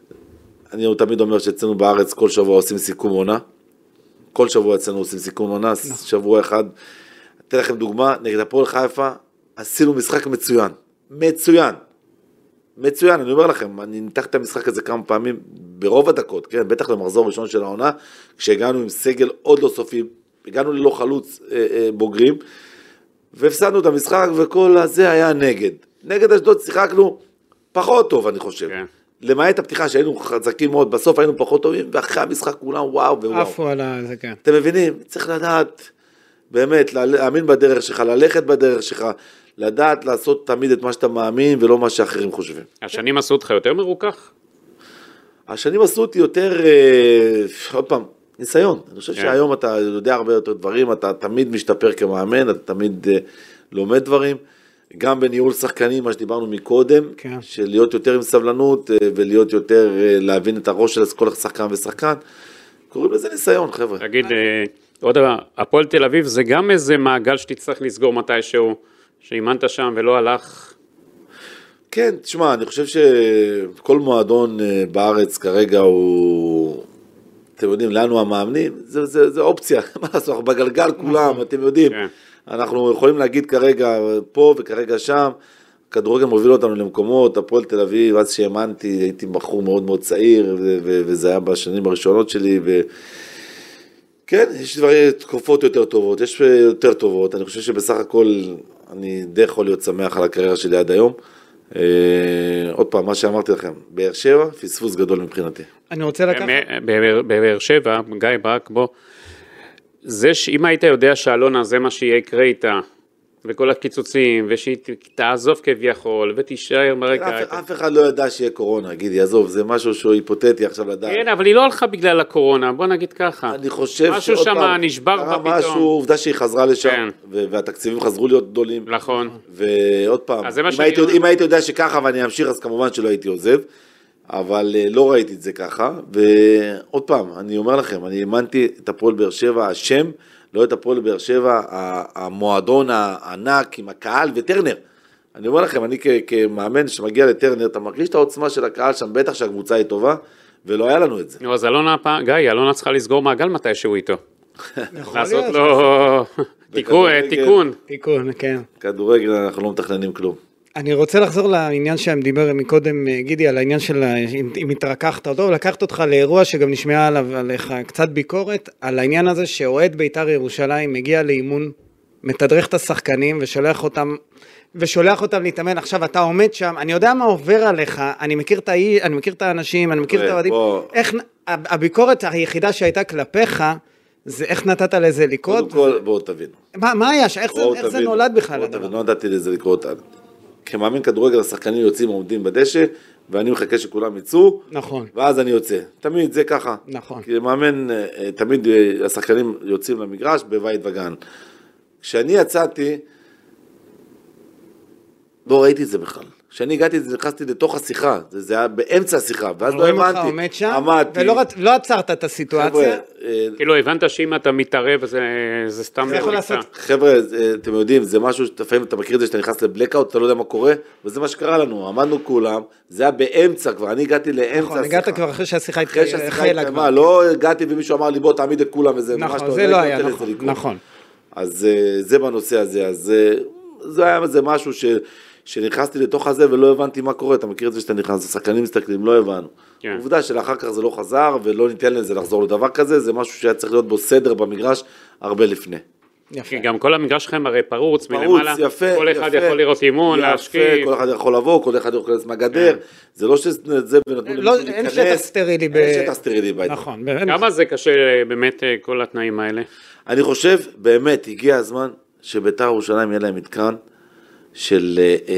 אני תמיד אומר שאצלנו בארץ כל שבוע עושים סיכום עונה. כל שבוע אצלנו עושים סיכום עונה, שבוע אחד. אתן לכם דוגמה, נגד הפועל חיפה, עשינו משחק מצוין. מצוין. מצוין, אני אומר לכם, אני ניתח את המשחק הזה כמה פעמים, ברוב הדקות, כן, בטח למחזור ראשון של העונה, כשהגענו עם סגל עוד לא סופי, הגענו ללא חלוץ בוגרים, והפסדנו את המשחק, וכל הזה היה נגד. נגד אשדוד שיחקנו פחות טוב, אני חושב. כן. למעט הפתיחה שהיינו חזקים מאוד, בסוף היינו פחות טובים, ואחרי המשחק כולם וואו ווואו. עפו על זה, כן. אתם מבינים? צריך לדעת, באמת, להאמין בדרך שלך, ללכת בדרך שלך, לדעת לעשות תמיד את מה שאתה מאמין, ולא מה שאחרים חושבים. השנים עשו אותך יותר מרוכך? השנים עשו אותי יותר, עוד פעם, ניסיון. אני חושב שהיום אתה יודע הרבה יותר דברים, אתה תמיד משתפר כמאמן, אתה תמיד לומד דברים, גם בניהול שחקנים, מה שדיברנו מקודם, של להיות יותר עם סבלנות, ולהיות יותר, להבין את הראש של כל שחקן ושחקן, קוראים לזה ניסיון, חבר'ה. תגיד, עוד דבר, הפועל תל אביב זה גם איזה מעגל שתצטרך לסגור מתישהו, שאימנת שם ולא הלך? כן, תשמע, אני חושב שכל מועדון בארץ כרגע הוא, אתם יודעים, לנו המאמנים, זה אופציה, מה לעשות, בגלגל כולם, אתם יודעים, אנחנו יכולים להגיד כרגע פה וכרגע שם, כדורגל מוביל אותנו למקומות, הפועל תל אביב, אז שהאמנתי, הייתי בחור מאוד מאוד צעיר, וזה היה בשנים הראשונות שלי, כן, יש דברים, תקופות יותר טובות, יש יותר טובות, אני חושב שבסך הכל אני די יכול להיות שמח על הקריירה שלי עד היום. עוד פעם, מה שאמרתי לכם, באר שבע, פספוס גדול מבחינתי. אני רוצה לקחת... בבאר שבע, גיא ברק, בוא, זה שאם היית יודע שאלונה זה מה שיהיה יקרה איתה, וכל הקיצוצים, ושהיא תעזוב כביכול, ותישאר ברקע. אף אחד לא ידע שיהיה קורונה, גידי, עזוב, זה משהו שהוא היפותטי עכשיו לדעת. כן, אבל היא לא הלכה בגלל הקורונה, בוא נגיד ככה. אני חושב משהו שם נשבר בה פתאום. משהו, עובדה שהיא חזרה לשם, והתקציבים חזרו להיות גדולים. נכון. ועוד פעם, אם הייתי יודע שככה ואני אמשיך, אז כמובן שלא הייתי עוזב, אבל לא ראיתי את זה ככה, ועוד פעם, אני אומר לכם, אני האמנתי את הפועל באר שבע, השם, לא את הפועל באר שבע, המועדון הענק עם הקהל וטרנר. אני אומר לכם, אני כמאמן שמגיע לטרנר, אתה מרגיש את העוצמה של הקהל שם, בטח שהקבוצה היא טובה, ולא היה לנו את זה. אז אלונה, גיא, אלונה צריכה לסגור מעגל מתישהו איתו. לעשות לו תיקון. תיקון, כן. כדורגל, אנחנו לא מתכננים כלום. אני רוצה לחזור לעניין שהם דיבר מקודם, גידי, על העניין של אם התרככת אותו, ולקחת אותך לאירוע שגם נשמעה עליך קצת ביקורת, על העניין הזה שאוהד בית"ר ירושלים מגיע לאימון, מתדרך את השחקנים ושולח אותם להתאמן. עכשיו אתה עומד שם, אני יודע מה עובר עליך, אני מכיר את האנשים, אני מכיר את האוהדים, איך הביקורת היחידה שהייתה כלפיך, זה איך נתת לזה לקרות? קודם כל, בואו תבינו. מה היה? איך זה נולד בכלל? לא נתתי לזה לקרות. כמאמן כדורגל, השחקנים יוצאים עומדים בדשא, ואני מחכה שכולם יצאו, נכון. ואז אני יוצא. תמיד זה ככה. נכון. כי מאמן, תמיד השחקנים יוצאים למגרש בבית וגן. כשאני יצאתי, לא ראיתי את זה בכלל. כשאני הגעתי, נכנסתי לתוך השיחה, זה היה באמצע השיחה, ואז לא רואים אותך הבנתי, עומד שם, עמדתי. ולא עצרת את הסיטואציה. כאילו הבנת שאם אתה מתערב זה סתם זה יכול מריצה. לעשות. חבר'ה, אתם יודעים, זה משהו לפעמים אתה מכיר את זה שאתה נכנס לבלקאוט, אתה לא יודע מה קורה, וזה מה שקרה לנו, עמדנו כולם, זה היה באמצע כבר, אני הגעתי לאמצע נכון, השיחה. הגעת כבר אחרי שהשיחה אחרי שהשיחה התחילה התקיימה, כבר. לא הגעתי ומישהו אמר לי בוא תעמיד את כולם וזה ממש נכון, זה לא היה, נכון. אז זה בנושא הזה, אז זה היה זה משהו שנכנסתי לתוך הזה ולא הבנתי מה קורה, אתה מכיר את זה שאתה נכנס, השחקנים מסתכלים, לא הבנו. כן. עובדה שלאחר כך זה לא חזר ולא ניתן לזה לחזור לדבר כזה, זה משהו שהיה צריך להיות בו סדר במגרש הרבה לפני. יפה. כי גם כל המגרש שלכם הרי פרוץ מלמעלה, יפה, כל אחד יפה. יכול לראות אימון, להשקיע. כל אחד יכול לבוא, כל אחד יכול לצאת מהגדר, זה לא שזה ונתנו לא, למישהו אין להיכנס. שטח סטרילי. אין שטח סטרילי בית. נכון. כמה זה קשה באמת כל התנאים האלה? אני חושב, באמת, הגיע הזמן שבית"ר ירושלים יהיה להם מתקן של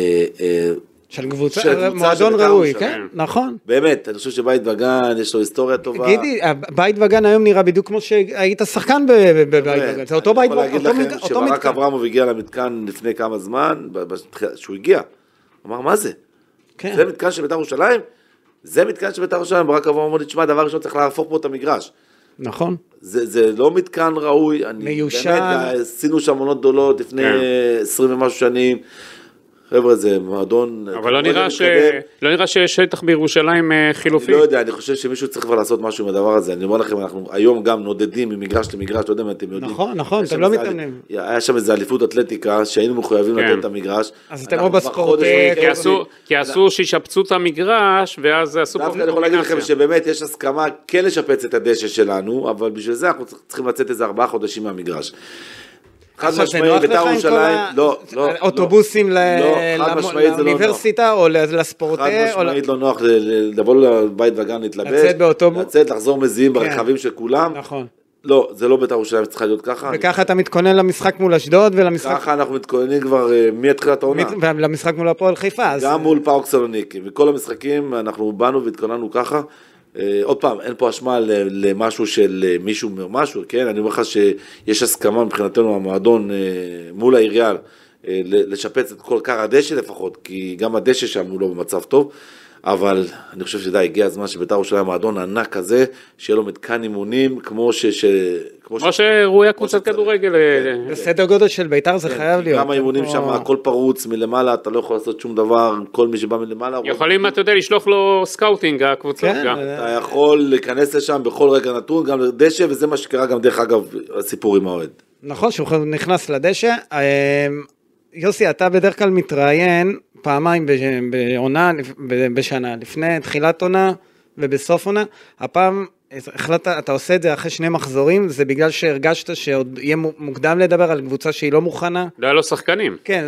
של קבוצה, של קבוצה מועדון של בית"ר ראוי, ירושלים. כן? נכון. באמת, אני חושב שבית וגן, יש לו היסטוריה טובה. גידי, בית וגן היום נראה בדיוק כמו שהיית שחקן בבית וגן. זה אותו בית וגן, אני יכול להגיד לכם אותו שברק מתקן. אברמוב הגיע למתקן לפני כמה זמן, שהוא הגיע, הוא אמר, מה זה? כן. זה מתקן של בית"ר ירושלים? זה מתקן של בית"ר ירושלים, ברק אברמוב אמר לי, תשמע, דבר ראשון צריך להפוך פה את המגרש. נכון. זה לא מתקן ראוי, מיושן. באמת, עשינו שם עונות גדולות לפני 20 ומשהו שנים, חבר'ה, זה מועדון... אבל לא נראה שיש שטח בירושלים חילופי. אני לא יודע, אני חושב שמישהו צריך כבר לעשות משהו עם הדבר הזה, אני אומר לכם, אנחנו היום גם נודדים ממגרש למגרש, לא יודע אם אתם יודעים. נכון, אתם לא מתאמנים. היה שם איזה אליפות אתלטיקה, שהיינו מחויבים לתת את המגרש. אז אתם או בספורטק, כי עשו שישפצו את המגרש, ואז עשו פה דווקא אני יכול להגיד לכם שבאמת יש הסכמה כן לשפץ את הדשא שלנו, אבל בשביל זה אנחנו צריכים לצאת איזה 4 חודשים מהמגרש. חד משמעית, בית"ר ירושלים, לא, אוטובוסים חד משמעית זה לא נוח. לאוניברסיטה או לספורטק. חד משמעית לא נוח לבוא לבית וגן להתלבש, לצאת באוטובוס. לצאת, לחזור מזיעים ברכבים של כולם. נכון. לא, זה לא בית"ר ירושלים צריכה להיות ככה. וככה אתה מתכונן למשחק מול אשדוד ולמשחק... ככה אנחנו מתכוננים כבר מתחילת העונה. ולמשחק מול הפועל חיפה. גם מול פאוק סלוניקי. וכל המשחקים אנחנו באנו והתכוננו ככה. עוד פעם, אין פה אשמה למשהו של מישהו משהו, כן? אני אומר לך שיש הסכמה מבחינתנו המועדון מול העירייה לשפץ את כל קר הדשא לפחות, כי גם הדשא שם הוא לא במצב טוב, אבל אני חושב שדי, הגיע הזמן שבית"ר ירושלים מועדון ענק כזה, שיהיה לו מתקן אימונים כמו שראויה קבוצת כדורגל. בסדר גודל של בית"ר זה חייב להיות. גם האימונים שם, הכל פרוץ מלמעלה, אתה לא יכול לעשות שום דבר, כל מי שבא מלמעלה. יכולים, אתה יודע, לשלוח לו סקאוטינג, הקבוצות גם. אתה יכול להיכנס לשם בכל רגע נתון, גם לדשא, וזה מה שקרה גם דרך אגב, הסיפור עם האוהד. נכון, שהוא נכנס לדשא. יוסי, אתה בדרך כלל מתראיין פעמיים בעונה, בשנה, לפני תחילת עונה ובסוף עונה. הפעם החלטת, אתה עושה את זה אחרי 2 מחזורים, זה בגלל שהרגשת שעוד יהיה מוקדם לדבר על קבוצה שהיא לא מוכנה? לא היה לו שחקנים. כן,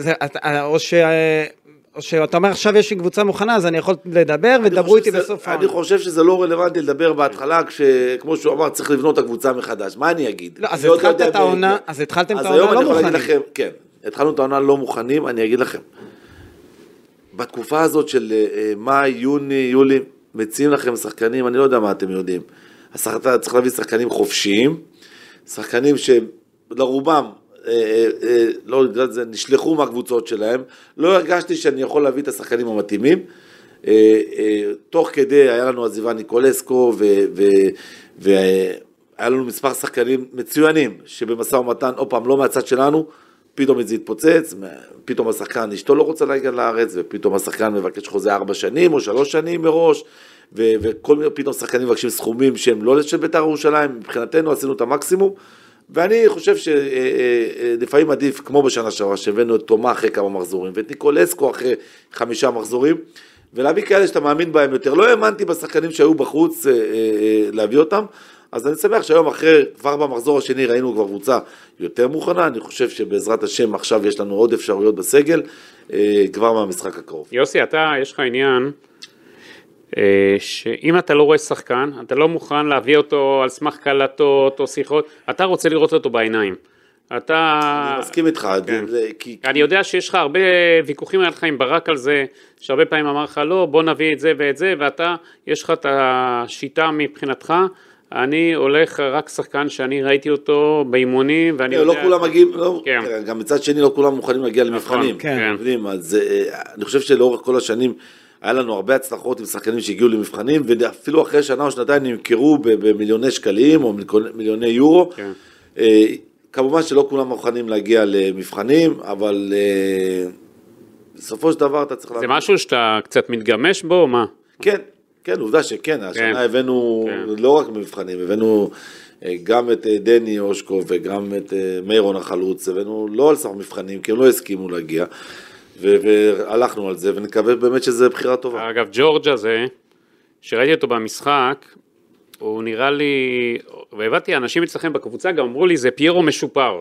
או שאתה אומר עכשיו יש לי קבוצה מוכנה, אז אני יכול לדבר ודברו איתי בסוף העונה. אני חושב שזה לא רלוונטי לדבר בהתחלה, כמו שהוא אמר צריך לבנות את הקבוצה מחדש, מה אני אגיד? לא, אז התחלתם את העונה לא מוכנים. כן, התחלנו את העונה לא מוכנים, אני אגיד לכם. בתקופה הזאת של מאי, יוני, יולי, מציעים לכם שחקנים, אני לא יודע מה אתם יודעים. אתה צריך להביא שחקנים חופשיים, שחקנים שלרובם, לא יודע, נשלחו מהקבוצות שלהם, לא הרגשתי שאני יכול להביא את השחקנים המתאימים, תוך כדי היה לנו עזיבה ניקולסקו, והיה לנו מספר שחקנים מצוינים, שבמשא ומתן, עוד פעם, לא מהצד שלנו, פתאום זה התפוצץ, פתאום השחקן אשתו לא רוצה להגיע לארץ, ופתאום השחקן מבקש חוזה 4 שנים או 3 שנים מראש, וכל מיני פתאום שחקנים מבקשים סכומים שהם לא של בית"ר ירושלים, מבחינתנו עשינו את המקסימום, ואני חושב שלפעמים עדיף, כמו בשנה שעברה, שהבאנו את תומה אחרי כמה מחזורים, ואת ניקולסקו אחרי 5 מחזורים, ולהביא כאלה שאתה מאמין בהם יותר. לא האמנתי בשחקנים שהיו בחוץ להביא אותם, אז אני שמח שהיום אחרי, כבר במחזור השני ראינו כבר קבוצה יותר מוכנה, אני חושב שבעזרת השם עכשיו יש לנו עוד אפשרויות בסגל, כבר מהמשחק הקרוב. יוסי, יש לך עניין, שאם אתה לא רואה שחקן, אתה לא מוכן להביא אותו על סמך קלטות או שיחות, אתה רוצה לראות אותו בעיניים. אני מסכים איתך. אני יודע שיש לך הרבה ויכוחים עליך עם ברק על זה, שהרבה פעמים אמר לך, לא, בוא נביא את זה ואת זה, ואתה, יש לך את השיטה מבחינתך, אני הולך רק שחקן שאני ראיתי אותו באימונים, ואני יודע... לא כולם מגיעים, כן. גם מצד שני לא כולם מוכנים להגיע למבחנים. כן. אז אני חושב שלאורך כל השנים היה לנו הרבה הצלחות עם שחקנים שהגיעו למבחנים, ואפילו אחרי שנה או שנתיים נמכרו במיליוני שקלים, או מיליוני יורו. כמובן שלא כולם מוכנים להגיע למבחנים, אבל בסופו של דבר אתה צריך... זה משהו שאתה קצת מתגמש בו, או מה? כן, כן, עובדה שכן, השנה הבאנו לא רק במבחנים, הבאנו גם את דני אושקו וגם את מיירון החלוץ, הבאנו לא על סך מבחנים, כי הם לא הסכימו להגיע, והלכנו על זה, ונקווה באמת שזה בחירה טובה. אגב, ג'ורג' הזה, שראיתי אותו במשחק, הוא נראה לי, והבאתי, אנשים אצלכם בקבוצה גם אמרו לי, זה פיירו משופר.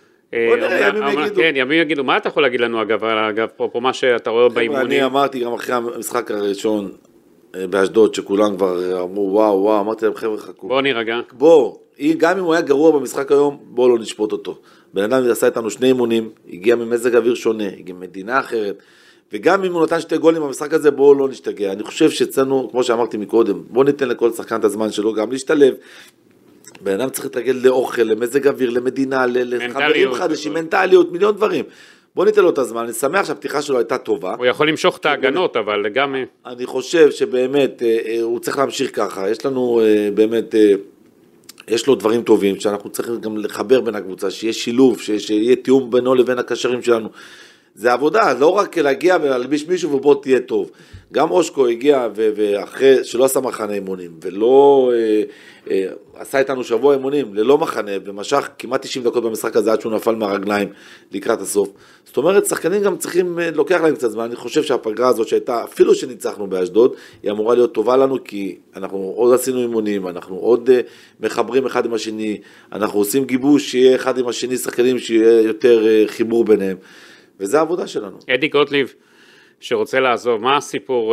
ימים יגידו. כן, ימים יגידו. מה אתה יכול להגיד לנו אגב, פה מה שאתה רואה באימונים? אני אמרתי גם אחרי המשחק הראשון באשדוד, שכולם כבר אמרו וואו, אמרתי להם חבר'ה חכו. בוא נירגע. גם אם הוא היה גרוע במשחק היום, בואו לא נשפוט אותו. בן אדם עשה איתנו 2 אימונים, הגיע ממזג אוויר שונה, הגיע ממדינה אחרת, וגם אם הוא נתן 2 גולים במשחק הזה, בואו לא נשתגע. אני חושב שצאנו, כמו שאמרתי מקודם, בואו ניתן לכל שחקן את הזמן שלו גם להשתלב. בן אדם צריך להתרגל לאוכל, למזג אוויר, למדינה, לחברים חדשים, מנטליות, מיליון דברים. בוא ניתן לו את הזמן, אני שמח שהפתיחה שלו הייתה טובה. הוא יכול למשוך את ההגנות, אבל גם... אני חושב שבאמת הוא צריך להמשיך ככה, יש לנו באמת, יש לו דברים טובים, שאנחנו צריכים גם לחבר בין הקבוצה, שיהיה שילוב, שיהיה תיאום בינו לבין הקשרים שלנו. זה עבודה, לא רק להגיע ולהלביש מישהו ובוא תהיה טוב. גם אושקו הגיע ואחרי שלא עשה מחנה אימונים, ולא עשה איתנו שבוע אימונים, ללא מחנה, ומשך כמעט 90 דקות במשחק הזה, עד שהוא נפל מהרגליים לקראת הסוף. זאת אומרת, שחקנים גם צריכים, לוקח להם קצת זמן, אני חושב שהפגרה הזאת שהייתה, אפילו שניצחנו באשדוד, היא אמורה להיות טובה לנו, כי אנחנו עוד עשינו אימונים, אנחנו עוד מחברים אחד עם השני, אנחנו עושים גיבוש, שיהיה אחד עם השני שחקנים, שיהיה יותר חיבור ביניהם. וזה העבודה שלנו. אדי גוטליב, שרוצה לעזוב, מה הסיפור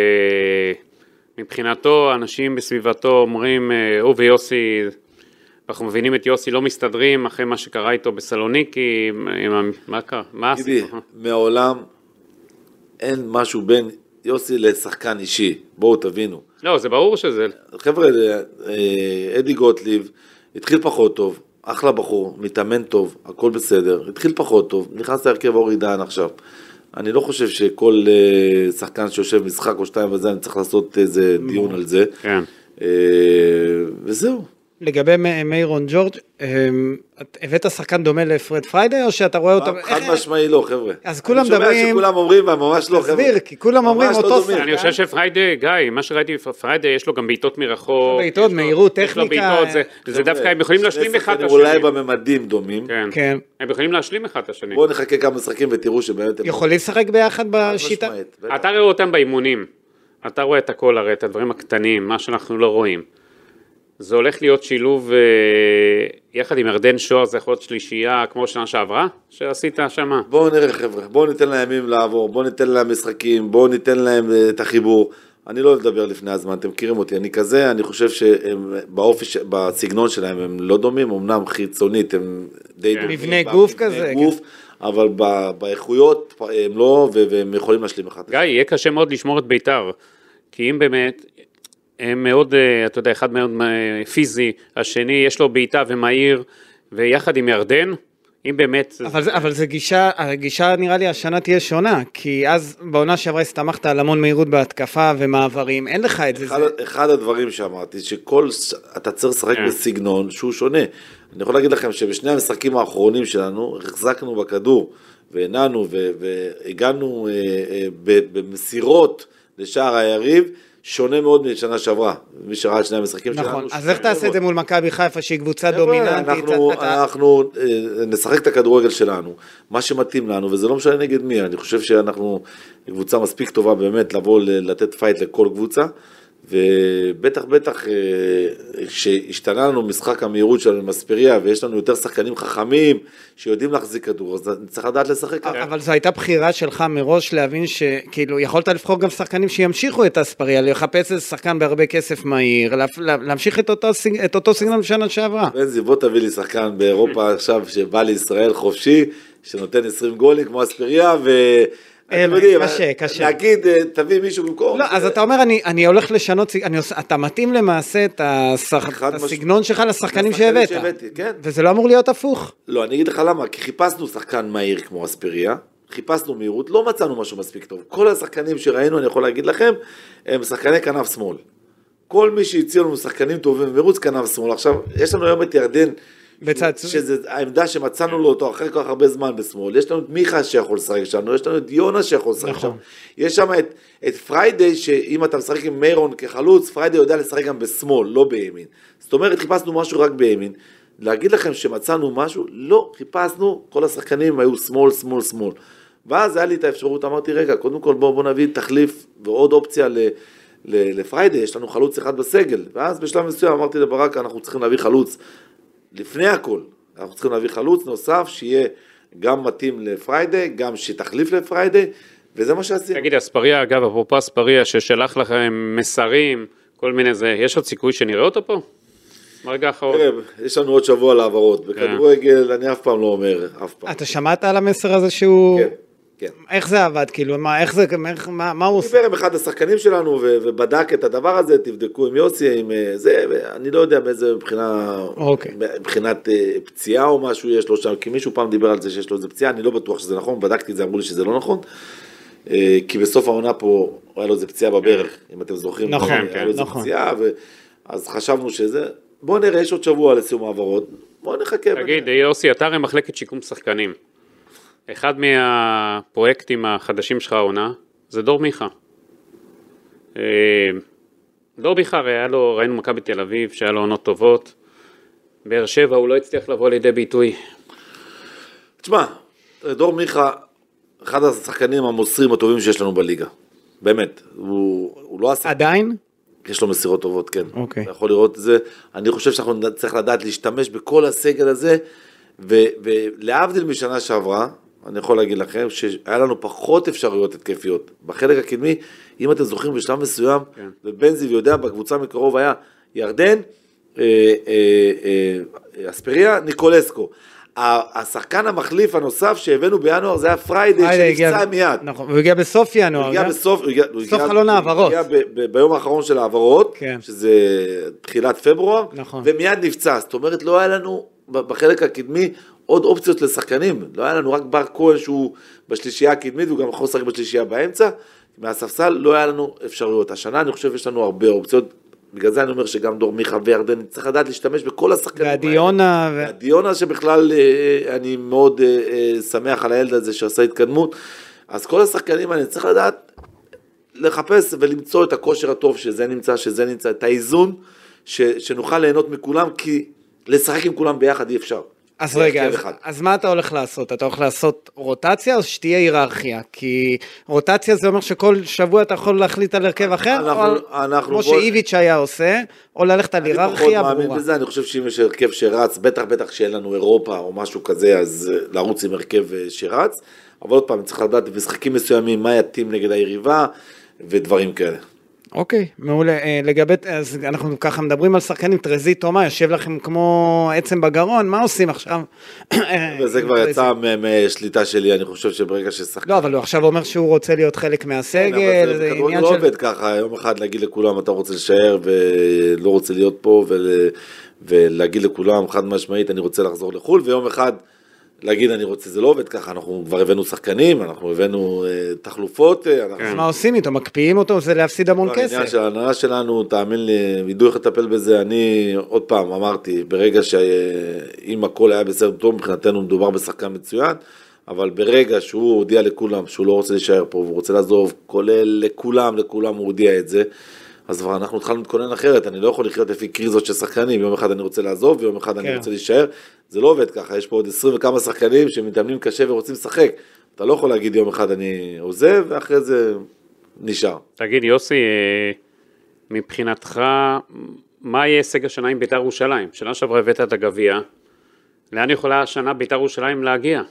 מבחינתו? אנשים בסביבתו אומרים, הוא ויוסי, אנחנו מבינים את יוסי, לא מסתדרים אחרי מה שקרה איתו בסלוניקי, מה קרה? מה הסיפור? מעולם אין משהו בין יוסי לשחקן אישי, בואו תבינו. לא, זה ברור שזה... חבר'ה, אדי גוטליב התחיל פחות טוב, אחלה בחור, מתאמן טוב, הכל בסדר, התחיל פחות טוב, נכנס להרכב אורי דהן עכשיו. אני לא חושב שכל שחקן שיושב משחק או 2 וזה, אני צריך לעשות איזה דיון על זה. כן. וזהו. לגבי מיירון ג'ורג', הבאת שחקן דומה לפרד פריידי, או שאתה רואה אותו... חד משמעי לא, חבר'ה. אז כולם מדברים... אני שומע שכולם אומרים, ממש לא, חבר'ה. תסביר, כי כולם אומרים אותו שחקן. אני חושב שפריידי, גיא, מה שראיתי בפריידי, יש לו גם בעיטות מרחוק. בעיטות, מהירות, טכניקה. זה דווקא, הם יכולים להשלים אחד את השני. אולי בממדים דומים. כן. הם יכולים להשלים אחד את השני. בואו נחכה כמה משחקים ותראו שבאמת... יכולים לשחק ביחד בשיטה? אתה רואה אותם באימונים. אתה רואה את הכל, הרי את הדברים הקטנים, מה שאנחנו לא רואים. זה הולך להיות שילוב יחד עם ירדן שואה, זה יכול להיות שלישייה כמו שנה שעברה, שעשית שמה. בואו נראה חבר'ה, בואו ניתן להם ימים לעבור, בואו ניתן להם משחקים, בואו ניתן להם את החיבור. אני לא אוהב לדבר לפני הזמן, אתם מכירים אותי, אני כזה, אני חושב שבאופי, בסגנון שלהם הם לא דומים, אמנם חיצונית הם די דומים. מבנה גוף כזה. אבל באיכויות הם לא, והם יכולים להשלים אחד. גיא, יהיה קשה מאוד לשמור את בית"ר, כי אם באמת... הם מאוד, אתה יודע, אחד מאוד פיזי, השני יש לו בעיטה ומהיר, ויחד עם ירדן, אם באמת... אבל זה הגישה נראה לי השנה תהיה שונה, כי אז בעונה שעברה הסתמכת על המון מהירות בהתקפה ומעברים, אין לך את זה. אחד הדברים שאמרתי, אתה צריך לשחק בסגנון שהוא שונה. אני יכול להגיד לכם שבשני המשחקים האחרונים שלנו, החזקנו בכדור, והנענו והגענו במסירות לשער היריב, שונה מאוד משנה שעברה, מי שראה את שני המשחקים שלנו. נכון, אז איך תעשה את זה מול מכבי חיפה שהיא קבוצה דומיננטית? אנחנו נשחק את הכדורגל שלנו, מה שמתאים לנו, וזה לא משנה נגד מי, אני חושב שאנחנו קבוצה מספיק טובה באמת לבוא לתת פייט לכל קבוצה, ובטח שהשתנה לנו משחק המהירות שלנו עם אספריה, ויש לנו יותר שחקנים חכמים שיודעים להחזיק כדור, אז צריך לדעת לשחק. אבל זו הייתה בחירה שלך מראש להבין שכאילו יכולת לבחור גם שחקנים שימשיכו את אספריה, לחפש איזה שחקן בהרבה כסף מהיר, להמשיך את אותו סגנון שנה שעברה. בנזי, בוא תביא לי שחקן באירופה עכשיו שבא לישראל חופשי, שנותן 20 גולים כמו אספריה, אתם יודעים, קשה. להגיד, תביא מישהו במקום. לא, אז אתה אומר, אני הולך לשנות, אתה מתאים למעשה את הסגנון שלך לשחקנים שהבאת. כן. וזה לא אמור להיות הפוך. לא, אני אגיד לך למה, כי חיפשנו שחקן מהיר כמו אספריה, חיפשנו מהירות, לא מצאנו משהו מספיק טוב. כל השחקנים שראינו, אני יכול להגיד לכם, הם שחקני כנף שמאל. כל מי שהציע לנו שחקנים טובים במרוץ כנף שמאל. עכשיו, יש לנו היום את ירדן, שזה העמדה שמצאנו לו אותו אחרי כל כך הרבה זמן בשמאל. יש לנו את מיכה שיכול לשחק שלנו, יש לנו את יונה שיכול לשחק שם. יש שם את פריידי, שאם אתה משחק עם מיירון כחלוץ, פריידי יודע לשחק גם בשמאל, לא בימין. זאת אומרת, חיפשנו משהו רק בימין. להגיד לכם שמצאנו משהו, לא, חיפשנו, כל השחקנים היו שמאל, שמאל, שמאל. ואז היה לי את האפשרות, אמרתי, רגע, קודם כל בוא נביא תחליף ועוד אופציה לפריידי, יש לנו חלוץ אחד בסגל. ואז בשלב מסוים אמרתי לברק, אנחנו צריכים להביא חלוץ לפני הכל. אנחנו צריכים להביא חלוץ נוסף, שיהיה גם מתאים לפריידי, גם שתחליף לפריידי, וזה מה שעשינו. תגיד, אספריה, אגב, אפרופו אספריה, ששלח לכם מסרים, כל מיני זה, יש עוד סיכוי שנראה אותו פה? ברגע האחרון. יש לנו עוד שבוע לעברות. בכדורגל אני אף פעם לא אומר, אף פעם. אתה שמעת על המסר הזה שהוא... כן, כן. איך זה עבד? כאילו, מה הוא עושה? דיבר עם אחד השחקנים שלנו ובדק את הדבר הזה, תבדקו עם יוסי, עם זה, אני לא יודע באיזה מבחינת פציעה או משהו יש לו שם, כי מישהו פעם דיבר על זה שיש לו איזה פציעה, אני לא בטוח שזה נכון, בדקתי את זה, אמרו לי שזה לא נכון, כי בסוף העונה פה היה לו איזה פציעה בברך, אם אתם זוכרים, היה לו איזה פציעה, אז חשבנו שזה, בואו נראה, יש עוד שבוע לסיום העברות, בואו נחכה. תגיד, יוסי, אתה הרי מחלקת שיקום שחקנים. אחד מהפרויקטים החדשים שלך העונה, זה דור מיכה. דור מיכה, ראינו מכבי תל אביב, שהיה לו עונות טובות. באר שבע, הוא לא הצליח לבוא לידי ביטוי. תשמע, דור מיכה, אחד השחקנים המוסרים הטובים שיש לנו בליגה. באמת, הוא לא עשה... עדיין? יש לו מסירות טובות, כן. אוקיי. אתה יכול לראות את זה. אני חושב שאנחנו צריך לדעת להשתמש בכל הסגל הזה, ולהבדיל משנה שעברה, אני יכול להגיד לכם שהיה לנו פחות אפשרויות התקפיות. בחלק הקדמי, אם אתם זוכרים בשלב מסוים, ובן זיו יודע, בקבוצה מקרוב היה ירדן, אספריה, ניקולסקו. השחקן המחליף הנוסף שהבאנו בינואר, זה היה פריידי, שנפצע מיד. נכון, הוא הגיע בסוף ינואר. הוא הגיע בסוף חלון העברות. הוא הגיע ביום האחרון של העברות, שזה תחילת פברואר, ומיד נפצע. זאת אומרת, לא היה לנו בחלק הקדמי עוד אופציות לשחקנים. לא היה לנו רק בר כהן שהוא בשלישייה הקדמית, והוא גם יכול לשחק בשלישייה באמצע. מהספסל לא היה לנו אפשרויות. השנה אני חושב שיש לנו הרבה אופציות. בגלל זה אני אומר שגם דור מיכה וירדן צריך לדעת להשתמש בכל השחקנים. והדיונה שבכלל אני מאוד שמח על הילד הזה שעשה התקדמות. אז כל השחקנים אני צריך לדעת לחפש ולמצוא את הכושר הטוב שזה נמצא, את האיזון שנוכל ליהנות מכולם, כי לשחק עם כולם ביחד אי אפשר. אז רגע, אז מה אתה הולך לעשות? אתה הולך לעשות רוטציה או שתהיה היררכיה? כי רוטציה זה אומר שכל שבוע אתה יכול להחליט על הרכב אחר, כמו שאיביץ' היה עושה, או ללכת על היררכיה ברורה. אני פחות מאמין בזה, אני חושב שאם יש הרכב שרץ, בטח שאין לנו אירופה או משהו כזה, אז לרוץ עם הרכב שרץ, אבל עוד פעם, צריך לדעת במשחקים מסוימים מה יתאים נגד היריבה ודברים כאלה. אוקיי, מעולה. לגבי, אז אנחנו ככה מדברים על שחקנים, טרזי תומה, יושב לכם כמו עצם בגרון, מה עושים עכשיו? וזה כבר יצא משליטה שלי, אני חושב שברגע ששחקן... לא, אבל הוא עכשיו אומר שהוא רוצה להיות חלק מהסגל, זה עניין של... לא עובד ככה, יום אחד להגיד לכולם, אתה רוצה להישאר ולא רוצה להיות פה, ולהגיד לכולם, חד משמעית, אני רוצה לחזור לחול, ויום אחד... להגיד אני רוצה, זה לא עובד ככה, אנחנו כבר הבאנו שחקנים, אנחנו הבאנו תחלופות. אז מה עושים איתו? מקפיאים אותו, זה להפסיד המון כסף. העניין של ההנהלה שלנו, תאמין לי, ידעו איך לטפל בזה, אני עוד פעם אמרתי, ברגע שאם הכל היה בסדר טוב, מבחינתנו מדובר בשחקן מצוין, אבל ברגע שהוא הודיע לכולם שהוא לא רוצה להישאר פה, והוא רוצה לעזוב, כולל לכולם הוא הודיע את זה, אז אנחנו התחלנו להתכונן אחרת, אני לא יכול לחיות לפי קריזות של שחקנים, יום אחד אני רוצה לעזוב, ויום אחד אני רוצה להישאר, זה לא עובד ככה, יש פה עוד 20 וכמה שחקנים שמתאמנים קשה ורוצים לשחק, אתה לא יכול להגיד יום אחד אני עוזב, ואחרי זה נשאר. תגיד יוסי, מבחינתך, מה יהיה הישג השנה עם בית"ר ירושלים? שנה שעברה הבאת את הגביע, לאן יכולה השנה בית"ר ירושלים להגיע?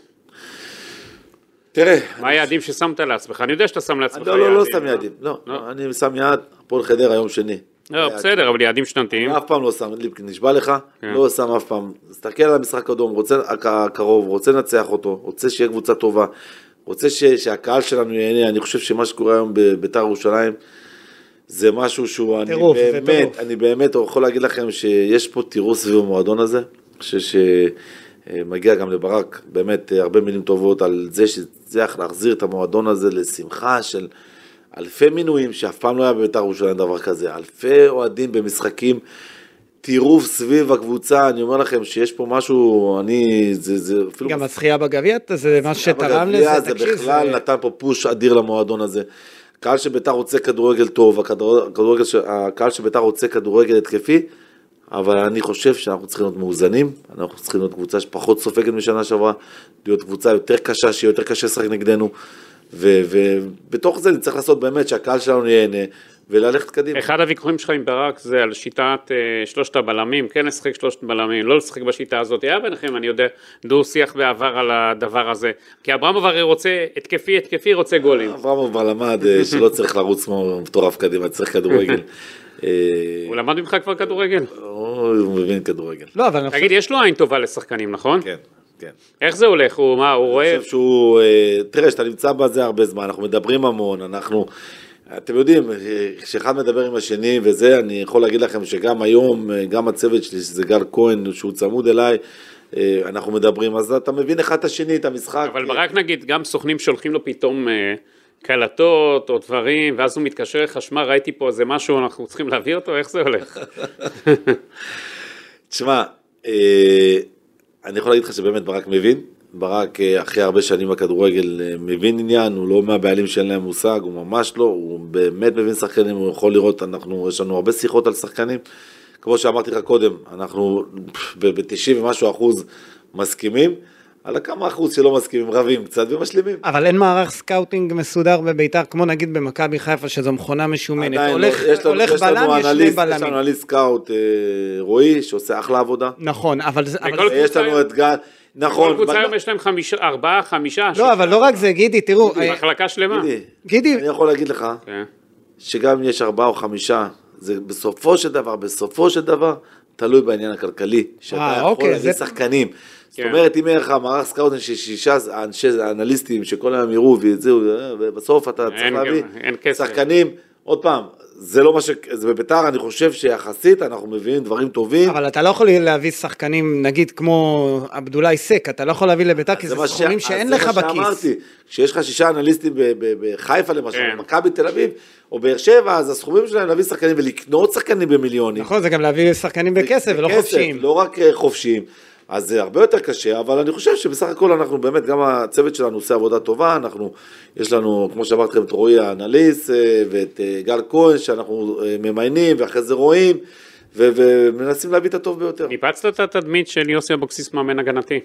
תראה. מה היעדים ששמת לעצמך? אני יודע שאתה שם לעצמך יעדים. לא שם יעדים, לא. אני שם יעד, הפועל חדרה היום שני. לא, בסדר, אבל יעדים שנתיים. אני אף פעם לא שם, נשבע לך, לא שם אף פעם. תסתכל על המשחק הקרוב, רוצה לנצח אותו, רוצה שיהיה קבוצה טובה, רוצה שהקהל שלנו ייהנה, אני חושב שמה שקורה היום בבית"ר ירושלים, זה משהו שהוא, אני באמת יכול להגיד לכם שיש פה טירוס סביב המועדון הזה, אני חושב שמגיע גם לברק, באמת הרבה מילים טובות על זה שצריך להחזיר את המועדון הזה לשמחה של אלפי מינויים, שאף פעם לא היה בבית"ר ירושלים דבר כזה, אלפי אוהדים במשחקים, טירוף סביב הקבוצה, אני אומר לכם שיש פה משהו, זה אפילו... גם הזכייה בגביע, זה משהו שתרם לזה, זה בכלל נתן פה פוש אדיר למועדון הזה. הקהל שבית"ר רוצה כדורגל טוב, הקהל שבית"ר רוצה כדורגל התקפי, אבל אני חושב שאנחנו צריכים להיות מאוזנים, אנחנו צריכים להיות קבוצה שפחות סופגת משנה שעברה, להיות קבוצה יותר קשה, שיהיה יותר קשה לשחק נגדנו, ובתוך זה נצטרך לעשות באמת שהקהל שלנו ייהנה, וללכת קדימה. אחד הוויכוחים שלך עם ברק זה על שיטת שלושת הבלמים, כן לשחק שלושת בלמים, לא לשחק בשיטה הזאת, היה ביניכם, אני יודע, דו שיח בעבר על הדבר הזה, כי אברמוב הרי רוצה התקפי, רוצה גולים. אברמוב כבר למד שלא צריך לרוץ כמו מטורף קדימה, צריך כדורגל. הוא למד ממך כבר כדורגל? הוא מבין כדורגל. לא, אבל תגיד, יש לו עין טובה לשחקנים, נכון? כן, כן. איך זה הולך? הוא רואה? אני חושב שהוא, תראה, שאתה נמצא בזה הרבה זמן, אנחנו מדברים המון, אתם יודעים, כשאחד מדבר עם השני וזה, אני יכול להגיד לכם שגם היום, גם הצוות שלי, שזה גל כהן, שהוא צמוד אליי, אנחנו מדברים, אז אתה מבין אחד את השני, את המשחק. אבל ברק נגיד, גם סוכנים שולחים לו פתאום קלטות או דברים, ואז הוא מתקשר חשמה, ראיתי פה איזה משהו, אנחנו צריכים להביא אותו, איך זה הולך? תשמע, אני יכול להגיד לך שבאמת ברק מבין, ברק אחרי הרבה שנים בכדורגל מבין עניין, הוא לא מהבעלים שאין להם מושג, הוא ממש לא, הוא באמת מבין שחקנים, הוא יכול לראות, יש לנו הרבה שיחות על שחקנים, כמו שאמרתי לך קודם, אנחנו ב-90 ומשהו אחוז מסכימים, על כמה אחוז שלא מסכימים, רבים קצת ומשלימים. אבל אין מערך סקאוטינג מסודר בבית"ר, כמו נגיד במכבי חיפה, שזו מכונה משומנת. הולך בלם, יש שני בלמים. יש לנו אנליסט סקאוט רועי, שעושה אחלה עבודה. נכון, אבל... יש לנו את גל... נכון. כל קבוצה היום יש להם 4, 5, 6. לא, אבל לא רק זה, גידי, תראו. מחלקה שלמה. גידי. אני יכול להגיד לך, שגם אם יש 4 או 5, זה בסופו של דבר, תלוי בעניין הכלכלי, שאתה יכול להביא שחקנים. זאת אומרת, אם יהיה לך מערך סקאוטינג של 6 אנשי אנליסטים שכל היום יראו וזהו, ובסוף אתה צריך להביא שחקנים, עוד פעם, זה לא מה זה בבית"ר, אני חושב שיחסית אנחנו מביאים דברים טובים. אבל אתה לא יכול להביא שחקנים, נגיד כמו עבדולאי סק, אתה לא יכול להביא לבית"ר, כי זה סכומים שאין לך בכיס. זה מה שאמרתי, כשיש לך 6 אנליסטים בחיפה למשל, במכבי תל אביב, או באר שבע, אז הסכומים שלהם להביא שחקנים ולקנות שחקנים במיליונים. נכון, זה גם להביא שחקנים בכסף ולא חופשיים. לא רק חופשיים. אז זה הרבה יותר קשה, אבל אני חושב שבסך הכל אנחנו באמת, גם הצוות שלנו עושה עבודה טובה, יש לנו, כמו שאמרתי לכם, את רועי האנליסט, ואת גל כהן, שאנחנו ממיינים, ואחרי זה רואים, ומנסים להביא את הטוב ביותר. ניפצת את התדמית של יוסי אבוקסיס מאמן הגנתי?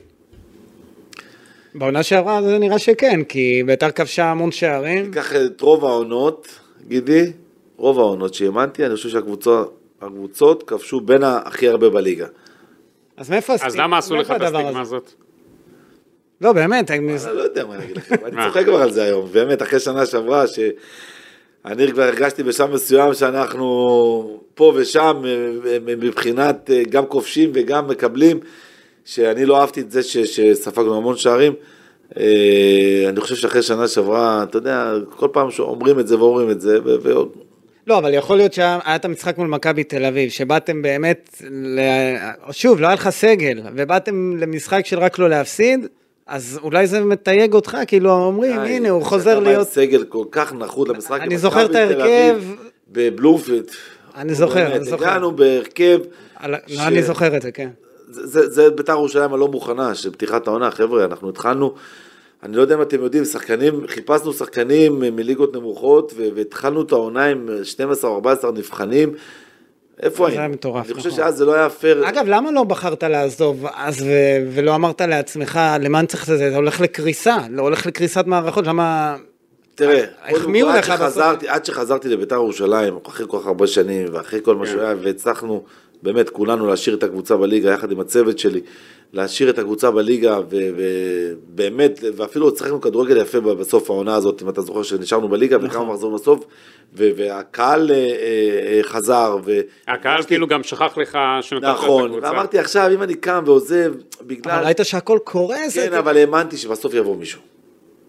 בעונה שעברה זה נראה שכן, כי בית"ר כבשה המון שערים. ניקח את רוב העונות, גידי, רוב העונות שהאמנתי, אני חושב שהקבוצות כבשו בין הכי הרבה בליגה. אז מאיפה הסטיגמה? אז למה עשו לך את הסטיגמה הזאת? לא, באמת. אני לא יודע מה אני אגיד לכם, אני צוחק כבר על זה היום, באמת אחרי שנה שעברה, שאני כבר הרגשתי בשם מסוים שאנחנו פה ושם, מבחינת גם כובשים וגם מקבלים, שאני לא אהבתי את זה שספגנו המון שערים, אני חושב שאחרי שנה שעברה, אתה יודע, כל פעם שאומרים את זה ואומרים את זה, לא, אבל יכול להיות שהיה את המשחק מול מכבי תל אביב, שבאתם באמת, שוב, לא היה לך סגל, ובאתם למשחק של רק לא להפסיד, אז אולי זה מתייג אותך, כאילו אומרים, הנה, הוא חוזר להיות... סגל כל כך נחות למשחק, אני זוכר את ההרכב... בבלומפילד. אני זוכר. הגענו בהרכב... אני זוכר את זה, כן. זה בית"ר ירושלים הלא מוכנה, של פתיחת העונה, חבר'ה, אנחנו התחלנו... אני לא יודע אם אתם יודעים, חיפשנו שחקנים מליגות נמוכות, והתחלנו את העונה עם 12 או 14 נבחנים, איפה היינו? זה היה מטורף, אני חושב שאז זה לא היה פייר. אגב, למה לא בחרת לעזוב אז ולא אמרת לעצמך, למען צריך זה, זה הולך לקריסה, לא הולך לקריסת מערכות, למה... תראה, עד שחזרתי לבית"ר ירושלים, אחרי כל כך הרבה שנים, ואחרי כל מה שהיה, והצלחנו באמת כולנו להשאיר את הקבוצה בליגה, יחד עם הצוות שלי, להשאיר את הקבוצה בליגה, ובאמת, ואפילו צריכנו כדורגל יפה בסוף העונה הזאת, אם אתה זוכר שנשארנו בליגה, וכמה מחזור בסוף, והקהל חזר. הקהל כאילו גם שכח לך שנתת את הקבוצה. נכון, ואמרתי עכשיו, אם אני קם ועוזב, בגלל... אבל ראית שהכל קורס. כן, אבל האמנתי שבסוף יבוא מישהו.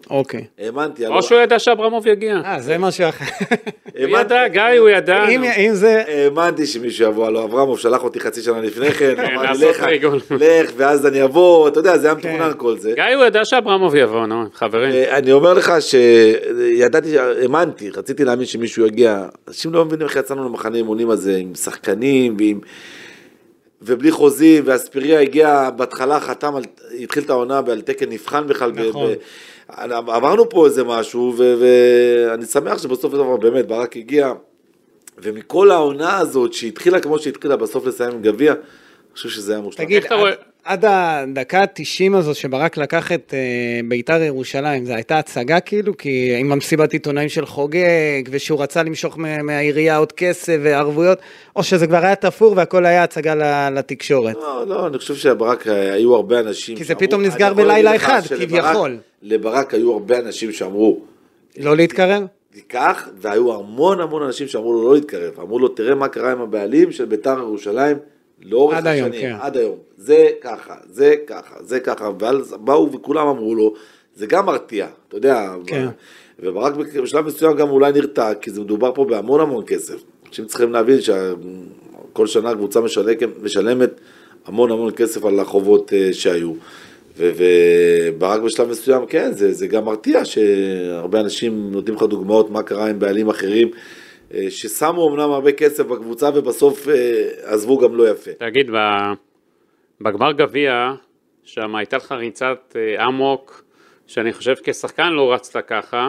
אוקיי. האמנתי. או שהוא ידע שאברמוב יגיע. זה משהו אחר. הוא ידע, גיא, הוא ידע. אם זה... האמנתי שמישהו יבוא, הלוא אברמוב שלח אותי חצי שנה לפני כן, אמר לי לעשות ריגול. לך ואז אני אבוא, אתה יודע, זה היה מתוכנן כל זה. גיא, הוא ידע שאברמוב יבוא, נו, חברים. אני אומר לך שידעתי, האמנתי, רציתי להאמין שמישהו יגיע, אנשים לא מבינים איך יצאנו למחנה אימונים הזה, עם שחקנים ובלי חוזים, והספיריה הגיע בהתחלה, התחיל את העונה על תקן נבחן בכלל, נכון. עברנו פה איזה משהו, ואני שמח שבסוף הדבר באמת ברק הגיע, ומכל העונה הזאת שהתחילה כמו שהתחילה בסוף לסיים עם גביע, אני חושב שזה היה מושלם. תגיד, עד הדקה ה-90 הזו שברק לקח את ביתר ירושלים, זה הייתה הצגה כאילו? כי עם המסיבת עיתונאים של חוגג, ושהוא רצה למשוך מהעירייה עוד כסף וערבויות, או שזה כבר היה תפור והכל היה הצגה לתקשורת? לא, אני חושב שברק היו הרבה אנשים... כי זה פתאום נסגר בלילה אחד, כביכול. לברק היו הרבה אנשים שאמרו... לא להתקרב? כך, והיו המון אנשים שאמרו לו לא להתקרב. אמרו לו, תראה מה קרה עם הבעלים של ביתר ירושלים, לאורך השנים, כן. עד היום, זה ככה, זה ככה, זה ככה, ואז באו וכולם אמרו לו, זה גם מרתיע, אתה יודע, כן. וברק בשלב מסוים גם אולי נרתע, כי זה מדובר פה בהמון כסף, אנשים צריכים להבין שכל שנה קבוצה משלמת המון כסף על החובות שהיו, וברק בשלב מסוים, כן, זה גם מרתיע, שהרבה אנשים נותנים לך דוגמאות מה קרה עם בעלים אחרים, ששמו אמנם הרבה כסף בקבוצה ובסוף עזבו גם לא יפה. תגיד, בגמר גביע, שם הייתה לך ריצת עמוק, שאני חושב כשחקן לא רצת ככה,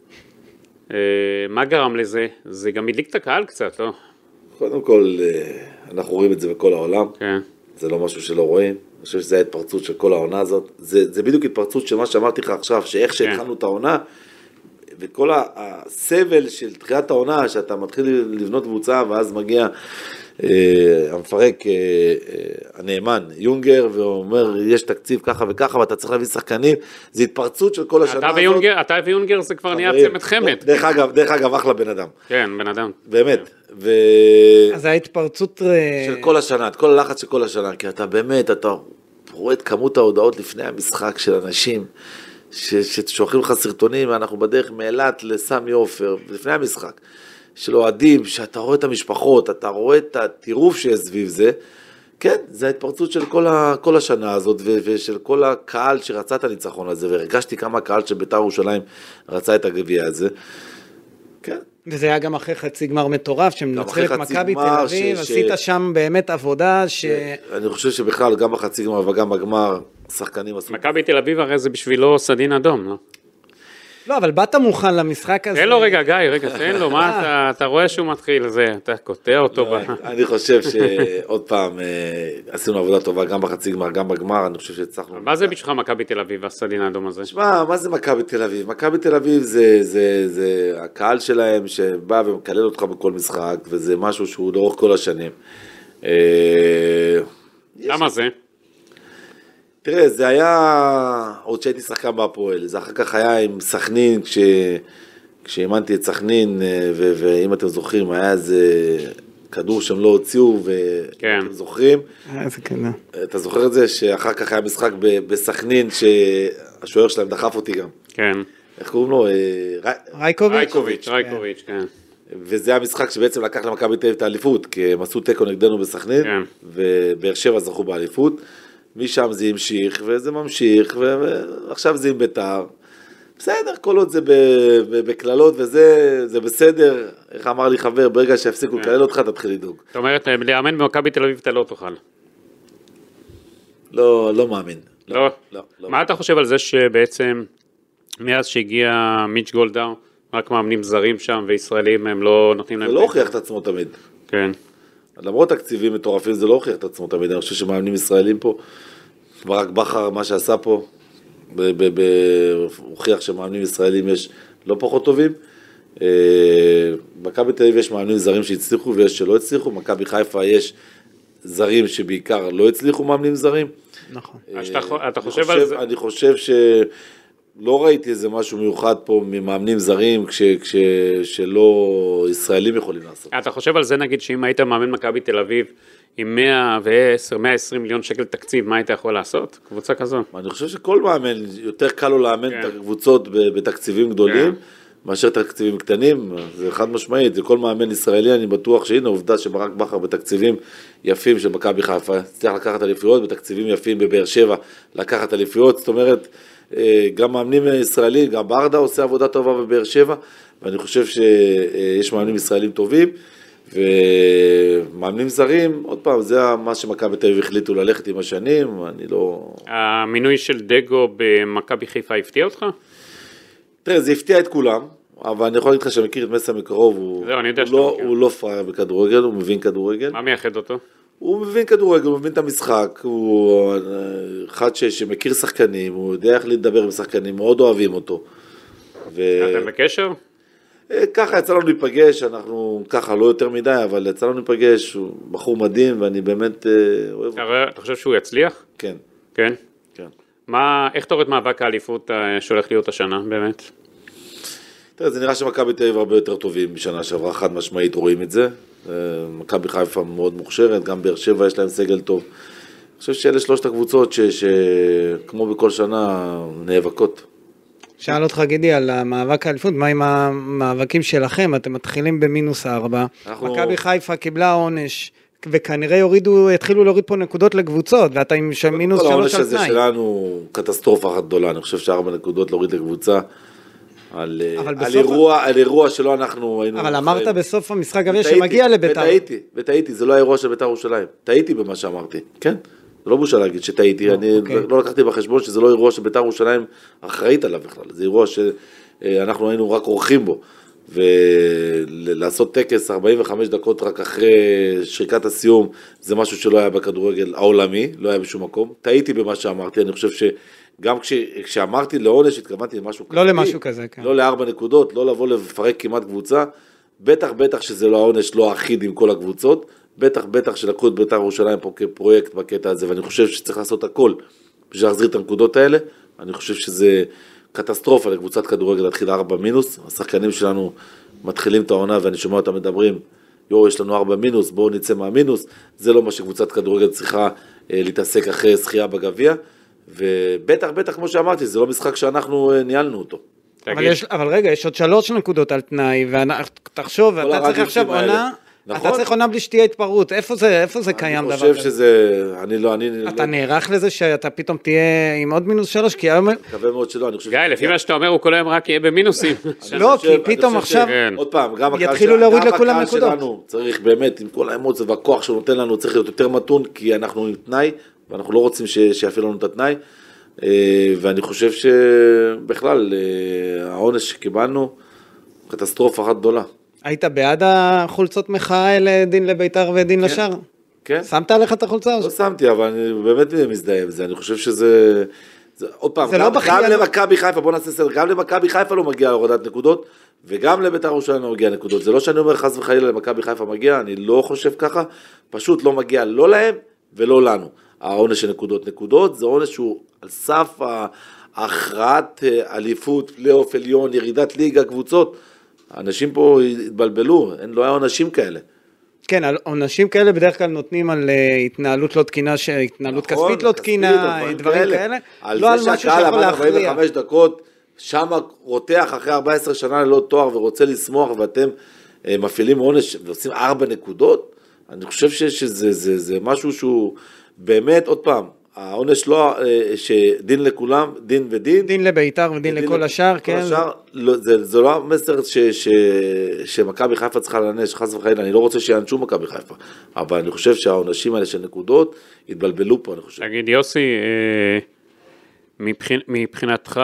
מה גרם לזה? זה גם הדליק את הקהל קצת, לא? קודם כל, אנחנו רואים את זה בכל העולם, כן. זה לא משהו שלא רואים, אני חושב שזה ההתפרצות של כל העונה הזאת, זה בדיוק התפרצות של מה שאמרתי לך עכשיו, שאיך שהתחלנו את העונה, וכל הסבל של תחילת העונה, שאתה מתחיל לבנות קבוצה, ואז מגיע המפרק הנאמן, יונגר, ואומר, יש תקציב ככה וככה, ואתה צריך להביא שחקנים, זה התפרצות של כל השנה הזאת. אתה ויונגר זה כבר נהיה צמד חמד. דרך אגב, אחלה בן אדם. כן, בן אדם. באמת. אז ההתפרצות... של כל השנה, את כל הלחץ של כל השנה, כי אתה באמת, אתה רואה את כמות ההודעות לפני המשחק של אנשים, ששולחים לך סרטונים, ואנחנו בדרך מאילת לסמי עופר, לפני המשחק, של אוהדים, שאתה רואה את המשפחות, אתה רואה את הטירוף שיש סביב זה, כן, זה ההתפרצות של כל השנה הזאת, ושל כל הקהל שרצה את הניצחון הזה, והרגשתי כמה קהל של בית"ר ירושלים רצה את הגביע הזה, כן. וזה היה גם אחרי חצי גמר מטורף, שמנצחים את מכבי תל אביב, עשית שם באמת עבודה אני חושב שבכלל, גם בחצי גמר וגם בגמר, שחקנים עשו... מכבי תל אביב הרי זה בשבילו סדין אדום, לא? לא, אבל באת מוכן למשחק הזה. תן לו רגע, גיא, תן לו, מה אתה רואה שהוא מתחיל, אתה קוטע אותו. אני חושב שעוד פעם, עשינו עבודה טובה גם בחצי גמר, גם בגמר, אני חושב שהצלחנו. מה זה בשבילך מכבי תל אביב, הסדין האדום הזה? שמע, מה זה מכבי תל אביב? מכבי תל אביב זה הקהל שלהם שבא ומקלל אותך בכל משחק, וזה משהו שהוא לאורך כל השנים. למה זה? תראה, זה היה, עוד שהייתי שחקן בהפועל, זה אחר כך היה עם סכנין, כשאימנתי את סכנין, ואם אתם זוכרים, היה איזה כדור שהם לא הוציאו, ואתם זוכרים? איזה כנה. אתה זוכר את זה, שאחר כך היה משחק בסכנין, שהשוער שלהם דחף אותי גם. כן. איך קוראים לו? רייקוביץ', כן. וזה המשחק שבעצם לקח למכבי תל אביב את האליפות, כי הם עשו תיקו נגדנו בסכנין, ובאר שבע זכו באליפות. משם זה המשיך, וזה ממשיך, ועכשיו זה עם ביתר. בסדר, כל עוד זה בכללות, וזה בסדר. איך אמר לי חבר, ברגע שיפסיקו לכלל אותך, תתחיל לדאוג. זאת אומרת, לאמן במכבי תל אביב אתה לא תוכל. לא מאמין. לא? מה אתה חושב על זה שבעצם, מאז שהגיע מיץ' גולדהר, רק מאמנים זרים שם, וישראלים הם לא נותנים להם... זה לא הוכיח את עצמו תמיד. כן. למרות תקציבים מטורפים, זה לא הוכיח את עצמו תמיד. אני חושב שמאמנים ישראלים פה, ברק בכר, מה שעשה פה, הוכיח שמאמנים ישראלים יש לא פחות טובים. מכבי תל אביב יש מאמנים זרים שהצליחו ויש שלא הצליחו. מכבי חיפה יש זרים שבעיקר לא הצליחו מאמנים זרים. נכון. אתה חושב על זה? אני חושב לא ראיתי איזה משהו מיוחד פה ממאמנים זרים, שלא ישראלים יכולים לעשות. אתה חושב על זה נגיד שאם היית מאמן מכבי תל אביב עם 110, 120 מיליון שקל תקציב, מה היית יכול לעשות? קבוצה כזו? אני חושב שכל מאמן, יותר קל לו לאמן את הקבוצות בתקציבים גדולים, מאשר תקציבים קטנים, זה חד משמעית, זה כל מאמן ישראלי, אני בטוח שהנה עובדה שברק בכר בתקציבים יפים של מכבי חיפה, צריך לקחת אליפויות, בתקציבים יפים בבאר שבע, לקחת אליפויות, זאת אומרת, גם מאמנים ישראלים, גם ברדה עושה עבודה טובה בבאר שבע, ואני חושב שיש מאמנים ישראלים טובים, ומאמנים זרים, עוד פעם, זה מה שמכבי תל אביב החליטו ללכת עם השנים, אני לא... המינוי של דגו במכבי חיפה הפתיע אותך? תראה, זה הפתיע את כולם, אבל אני יכול להגיד לך שמכיר את מסע מקרוב, הוא לא פראייר בכדורגל, הוא מבין כדורגל. מה מייחד אותו? הוא מבין כדורגל, הוא מבין את המשחק, הוא אחד שמכיר שחקנים, הוא יודע איך לדבר עם שחקנים, מאוד אוהבים אותו. אתם בקשר? ככה יצא לנו להיפגש, אנחנו ככה לא יותר מדי, אבל יצא לנו להיפגש, הוא בחור מדהים ואני באמת אוהב אותו. אתה חושב שהוא יצליח? כן. כן? כן. איך אתה רואה את מאבק האליפות שהולך להיות השנה, באמת? תראה, זה נראה שמכבי תל אביב הרבה יותר טובים בשנה שעברה, חד משמעית רואים את זה. מכבי חיפה מאוד מוכשרת, גם באר שבע יש להם סגל טוב. אני חושב שאלה שלושת הקבוצות שכמו בכל שנה נאבקות. שאל אותך גידי על המאבק האליפות, מה עם המאבקים שלכם? אתם מתחילים ב-4. מכבי חיפה קיבלה עונש, וכנראה התחילו להוריד פה נקודות לקבוצות, ואתה עם -3 על תנאי. כל העונש הזה שלנו קטסטרופה אחת גדולה, אני חושב ש4 נקודות להוריד לקבוצה, על אירוע שלא אנחנו היינו... אבל אמרת בסוף המשחק גביע שמגיע לביתר. וטעיתי, זה לא האירוע של ביתר ירושלים. טעיתי במה שאמרתי, כן? זה לא בושה להגיד שטעיתי, אני לא לקחתי בחשבון שזה לא אירוע שביתר ירושלים אחראית עליו בכלל, זה אירוע שאנחנו היינו רק עורכים בו, ולעשות טקס 45 דקות רק אחרי שריקת הסיום, זה משהו שלא היה בכדורגל העולמי, לא היה בשום מקום. טעיתי במה שאמרתי, אני חושב שגם כשאמרתי לעונש, התכוונתי למשהו כזה. לא למשהו כזה, כן. לא ל4 נקודות, לא לבוא לפרק כמעט קבוצה, בטח שזה לא העונש לא אחיד עם כל הקבוצות, בטח שלקחו את ביתר ירושלים פה כפרויקט בקטע הזה, ואני חושב שצריך לעשות הכל בשביל להחזיר את הנקודות האלה. אני חושב שזה קטסטרופה לקבוצת כדורגל להתחיל 4 מינוס, השחקנים שלנו מתחילים את העונה ואני שומע אותם מדברים, יש לנו 4 מינוס, בואו נצא מהמינוס, זה לא מה שקבוצת כדורגל צריכה להתעסק אחרי זכייה בגביע, ובטח כמו שאמרתי, זה לא משחק שאנחנו ניהלנו אותו. אבל רגע, יש עוד 3 נקודות על תנאי, ותחשוב, אתה צריך עכשיו עונה, אתה צריך עונה בלי שתהיה התפרעות, איפה זה קיים דבר כזה? אני חושב שזה, אתה נערך לזה שאתה פתאום תהיה עם עוד -3, כי היום... מקווה מאוד שלא, אני חושב... גיא, לפי מה שאתה אומר, הוא כל היום רק יהיה במינוסים. לא, כי פתאום עכשיו עוד פעם, גם יתחילו להוריד לכולם נקודות. שלנו צריך באמת, עם כל האמוציות והכוח שהוא נותן לנו, צריך להיות יותר מתון, כי אנחנו עם תנאי, ואנחנו לא רוצים שיפעיל לנו את התנאי, ואני חושב שבכלל, העונש שקיבלנו, קטסטרופה אחת גדולה. היית בעד החולצות מחאה האלה, דין לביתר ודין לשאר? כן. שמת עליך את החולצה? לא שמתי, אבל אני באמת מזדהה עם זה, אני חושב שזה... עוד פעם, גם למכבי חיפה, בוא נעשה סדר, גם למכבי חיפה לא מגיע להורדת נקודות, וגם לביתר ירושלים לא מגיע נקודות. זה לא שאני אומר חס וחלילה למכבי חיפה מגיע, אני לא חושב ככה, פשוט לא מגיע לא להם ולא לנו. העונש של נקודות, זה עונש שהוא על סף ההכרעת אליפות, פלייאוף עליון, ירידת ליגה, קבוצות. האנשים פה התבלבלו, לא היה עונשים כאלה. כן, עונשים כאלה בדרך כלל נותנים על התנהלות לא תקינה, התנהלות כספית לא תקינה, דברים כאלה. לא על משהו שיכול להכריע. 45 דקות, שם רותח אחרי 14 שנה ללא תואר ורוצה לשמוח, ואתם מפעילים עונש ועושים 4 נקודות, אני חושב שזה משהו שהוא באמת, עוד פעם, העונש לא, שדין לכולם, דין ודין. דין לביתר ודין לכל השאר, כן. זה לא המסר שמכבי חיפה צריכה לענש, חס וחלילה, אני לא רוצה שיענשו מכבי חיפה, אבל אני חושב שהעונשים האלה של נקודות התבלבלו פה, אני חושב. תגיד, יוסי, מבחינתך,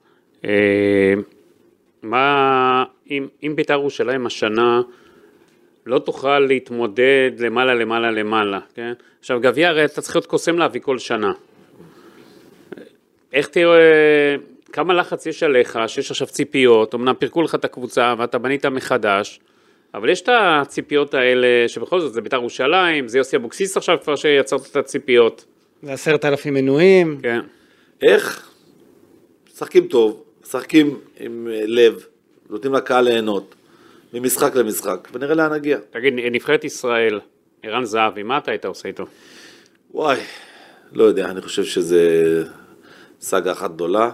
אם ביתר ירושלים השנה לא תוכל להתמודד למעלה, כן? עכשיו, גביע הרי אתה צריך להיות קוסם להביא כל שנה. איך תראה, כמה לחץ יש עליך, שיש עכשיו ציפיות, אמנם פירקו לך את הקבוצה ואתה בנית מחדש, אבל יש את הציפיות האלה, שבכל זאת זה ביתר ירושלים, זה יוסי אבוקסיס עכשיו כבר שיצרת את הציפיות. זה 10,000 מנויים. כן. איך? משחקים טוב, משחקים עם לב, נותנים לקהל ליהנות, ממשחק למשחק, ונראה לאן נגיע. תגיד, נבחרת ישראל, ערן זהבי, מה אתה היית עושה איתו? וואי, לא יודע, אני חושב שזה סאגה אחת גדולה,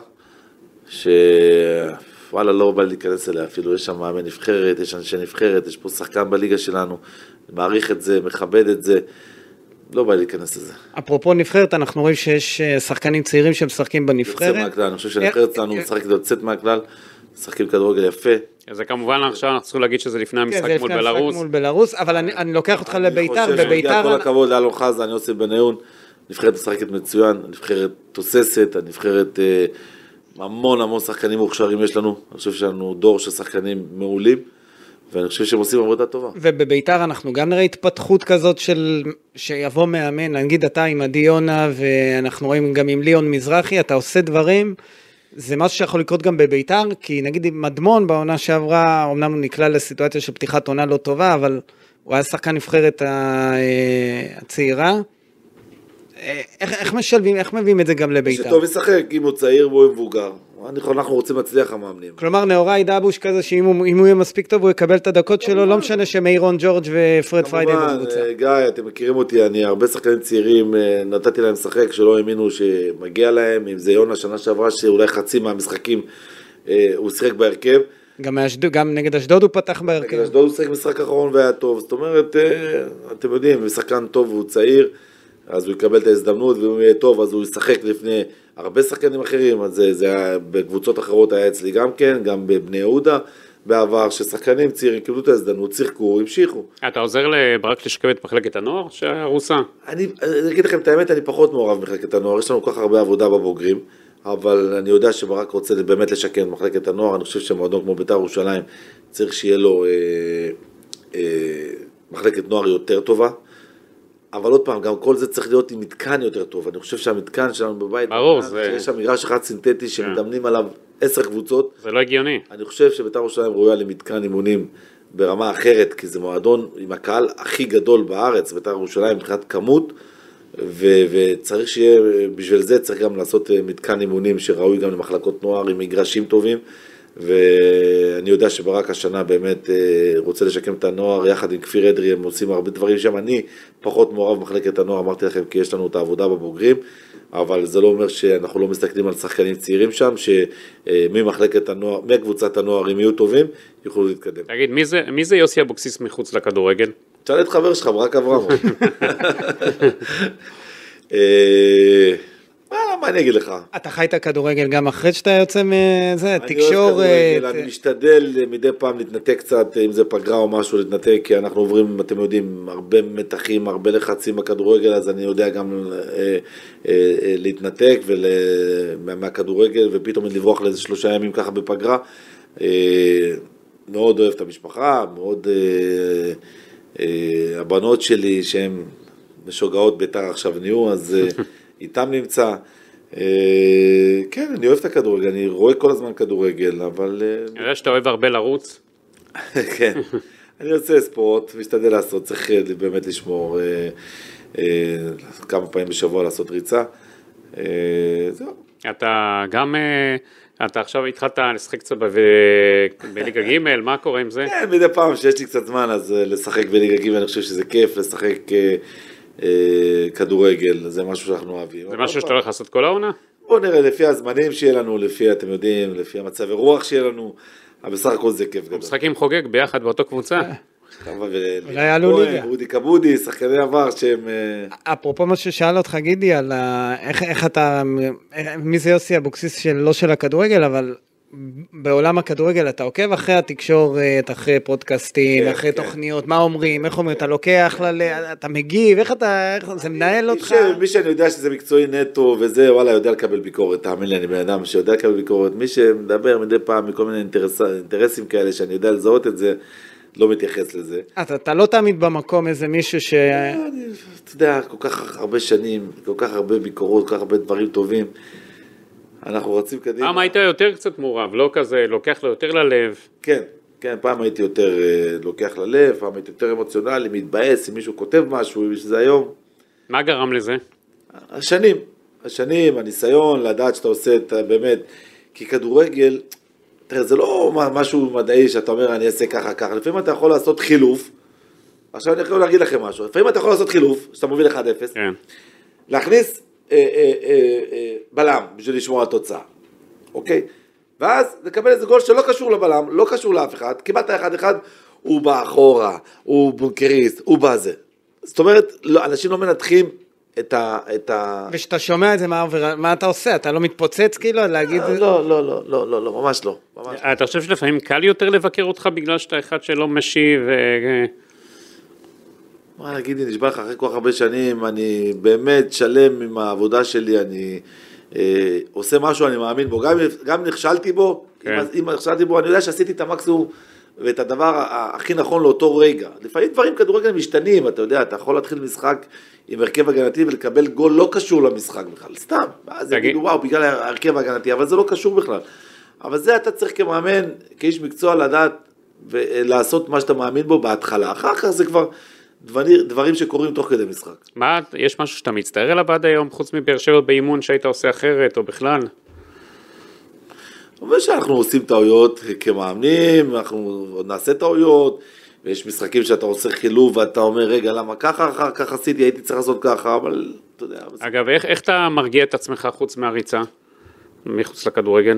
שוואלה לא בא להיכנס אליה, אפילו יש שם מאמן נבחרת, יש אנשי נבחרת, יש פה שחקן בליגה שלנו, מעריך את זה, מכבד את זה, לא בא להיכנס לזה. אפרופו נבחרת, אנחנו רואים שיש שחקנים צעירים שמשחקים בנבחרת. יוצא מהכלל, אני חושב שהנבחרת שלנו משחקת יוצאת מהכלל, משחקים כדורגל יפה. זה כמובן עכשיו אנחנו צריכים להגיד שזה לפני המשחק מול בלרוס. מול בלרוס, אבל אני לוקח אותך לביתר, אני חושב שכל הכבוד לאלון חזה, אני עושה בניון, נבחרת משחקת מצוין, הנבחרת תוססת, הנבחרת המון שחקנים מוכשרים יש לנו, אני חושב שלנו דור של שחקנים מעולים, ואני חושב שהם עושים עבודה טובה. ובביתר אנחנו גם נראה התפתחות כזאת של שיבוא מאמן, נגיד אתה עם עדי יונה, ואנחנו רואים גם עם ליאון מזרחי, אתה עושה דברים, זה משהו שיכול לקרות גם בביתר, כי נגיד עם מדמון בעונה שעברה, אמנם הוא נקלע לסיטואציה של פתיחת עונה לא טובה, אבל הוא היה שחקן נבחרת הצעירה. איך משלבים, איך מביאים את זה גם לביתר? שטוב ישחק, אם הוא צעיר והוא מבוגר. אנחנו רוצים להצליח המאמנים. כלומר, נאורי דאבוש כזה, שאם הוא יהיה מספיק טוב, הוא יקבל את הדקות שלו, לא משנה שמיירון ג'ורג' ופרד פריידי בקבוצה. גיא, אתם מכירים אותי, אני הרבה שחקנים צעירים, נתתי להם לשחק, שלא האמינו שמגיע להם, אם זה יונה שנה שעברה, שאולי חצי מהמשחקים הוא שיחק בהרכב. גם נגד אשדוד הוא פתח בהרכב. נגד אשדוד הוא שיחק משחק אחרון והיה טוב, זאת אומרת, אתם יודעים, משחקן טוב והוא צעיר, אז הוא יקבל את ההזדמנות, ואם הוא יהיה טוב, אז הוא ישחק לפני הרבה שחקנים אחרים, אז זה היה, בקבוצות אחרות היה אצלי גם כן, גם בבני יהודה, בעבר, ששחקנים צעירים קיבלו את ההזדמנות, שיחקו, המשיכו. אתה עוזר לברק לשקם את מחלקת הנוער שהרוסה? אני אגיד לכם את האמת, אני פחות מעורב במחלקת הנוער, יש לנו כל כך הרבה עבודה בבוגרים, אבל אני יודע שברק רוצה באמת לשקם את מחלקת הנוער, אני חושב שמועדון כמו בית"ר ירושלים, צריך שיהיה לו מחלקת נוער יותר טובה, אבל עוד פעם, גם כל זה צריך להיות עם מתקן יותר טוב. אני חושב שהמתקן שלנו בבית, ברור, שיש שם מגרש אחד סינתטי שמדמנים עליו 10 קבוצות. זה לא הגיוני. אני חושב שבית"ר ירושלים ראויה למתקן אימונים ברמה אחרת, כי זה מועדון עם הקהל הכי גדול בארץ, בית"ר ירושלים מבחינת כמות, וצריך שיהיה, בשביל זה צריך גם לעשות מתקן אימונים שראוי גם למחלקות נוער עם מגרשים טובים, ואני יודע שברק השנה באמת רוצה לשקם את הנוער, יחד עם כפיר אדרי, הם עושים הרבה דברים שם, אני פחות מעורב במחלקת הנוער, אמרתי לכם כי יש לנו את העבודה בבוגרים, אבל זה לא אומר שאנחנו לא מסתכלים על שחקנים צעירים שם, שממחלקת הנוער, מקבוצת הנוער, אם יהיו טובים, יוכלו להתקדם. תגיד, מי זה יוסי אבוקסיס מחוץ לכדורגל? תשאל את חבר שלך, ברק אברמוב. מה אני אגיד לך? אתה חי את הכדורגל גם אחרי שאתה יוצא מזה, תקשורת. אני משתדל מדי פעם להתנתק קצת, אם זה פגרה או משהו להתנתק, כי אנחנו עוברים, אתם יודעים, הרבה מתחים, הרבה לחצים בכדורגל, אז אני יודע גם להתנתק מהכדורגל, ופתאום לברוח לאיזה 3 ימים ככה בפגרה. מאוד אוהב את המשפחה, מאוד הבנות שלי שהן משוגעות בית"ר עכשיו נהיו, אז איתם נמצא. כן, אני אוהב את הכדורגל, אני רואה כל הזמן כדורגל, אבל... אני יודע שאתה אוהב הרבה לרוץ. כן, אני עושה ספורט, משתדל לעשות, צריך באמת לשמור כמה פעמים בשבוע לעשות ריצה. זהו. אתה גם... אתה עכשיו התחלת לשחק קצת בליגה ג', מה קורה עם זה? כן, מדי פעם שיש לי קצת זמן, אז לשחק בליגה ג', אני חושב שזה כיף, לשחק כדורגל, זה משהו שאנחנו אוהבים. זה משהו שאתה הולך לעשות כל העונה? בוא נראה, לפי הזמנים שיהיה לנו, לפי, אתם יודעים, לפי המצב הרוח שיהיה לנו, אבל בסך הכל זה כיף גדול. משחקים חוגג ביחד באותו קבוצה? אולי עלו ליגה. אודי קבודי, שחקני עבר שהם... אפרופו מה ששאל אותך גידי, על איך אתה, מי זה יוסי אבוקסיס שלא של הכדורגל, אבל בעולם הכדורגל אתה עוקב אחרי התקשורת, אחרי פודקאסטים, אחרי תוכניות, מה אומרים, איך אומרים, אתה לוקח, אתה מגיב, איך זה מנהל אותך? מי שאני יודע שזה מקצועי נטו וזה, וואלה, יודע לקבל ביקורת, תאמין לי, אני בן אדם שיודע לקבל ביקורת, מי שמדבר מדי פעם מכל מיני אינטרסים כאלה, שאני יודע לזהות את זה, לא מתייחס לזה. אתה לא תמיד במקום איזה מישהו ש... אתה יודע, כל כך הרבה שנים, כל כך הרבה ביקורות, כל כך הרבה דברים טובים, אנחנו רצים קדימה. פעם היית יותר קצת מעורב, לא כזה, לוקח לו יותר ללב. כן, כן, פעם הייתי יותר לוקח ללב, פעם הייתי יותר אמוציונלי, מתבאס, אם מישהו כותב משהו, שזה היום. מה גרם לזה? השנים, הניסיון, לדעת שאתה עושה את באמת, כי כדורגל, תראה, זה לא משהו מדעי שאתה אומר, אני אעשה ככה, ככה. לפעמים אתה יכול לעשות חילוף, עכשיו אני יכול להגיד לכם משהו, לפעמים אתה יכול לעשות חילוף, שאתה מוביל 1-0, כן. להכניס בלם בשביל לשמור על התוצאה, אוקיי? ואז לקבל איזה גול שלא קשור לבלם, לא קשור לאף אחד, קיבלת 1-1, הוא בא אחורה, הוא בונקריסט, הוא בא זה. זאת אומרת, אנשים לא מנתחים את ה... ושאתה שומע את זה, מה אתה עושה? אתה לא מתפוצץ כאילו להגיד... לא, ממש לא. אתה חושב שלפעמים קל יותר לבקר אותך בגלל שאתה אחד שלא משיב? מה להגיד לי, נשבע לך אחרי כל כך הרבה שנים, אני באמת שלם עם העבודה שלי, אני עושה משהו, אני מאמין בו, גם נכשלתי בו, אם נכשלתי בו, אני יודע שעשיתי את המקסימום ואת הדבר הכי נכון לאותו רגע. לפעמים דברים כדורגל משתנים, אתה יודע, אתה יכול להתחיל משחק עם הרכב הגנתי ולקבל גול לא קשור למשחק בכלל, סתם, אז יגידו וואו, בגלל הרכב הגנתי, אבל זה לא קשור בכלל. אבל זה אתה צריך כמאמן, כאיש מקצוע לדעת ולעשות מה שאתה מאמין בו בהתחלה, אחר כך זה כבר דברים שקורים תוך כדי משחק. מה, יש משהו שאתה מצטער אליו עד היום, חוץ מבאר שבע באימון שהיית עושה אחרת, או בכלל? אבל שאנחנו עושים טעויות כמאמנים, אנחנו עוד נעשה טעויות, ויש משחקים שאתה עושה חילוב, ואתה אומר, רגע, למה ככה, אחר כך עשיתי, הייתי צריך לעשות ככה, אבל אתה יודע. אגב, איך אתה מרגיע את עצמך חוץ מהריצה, מחוץ לכדורגל?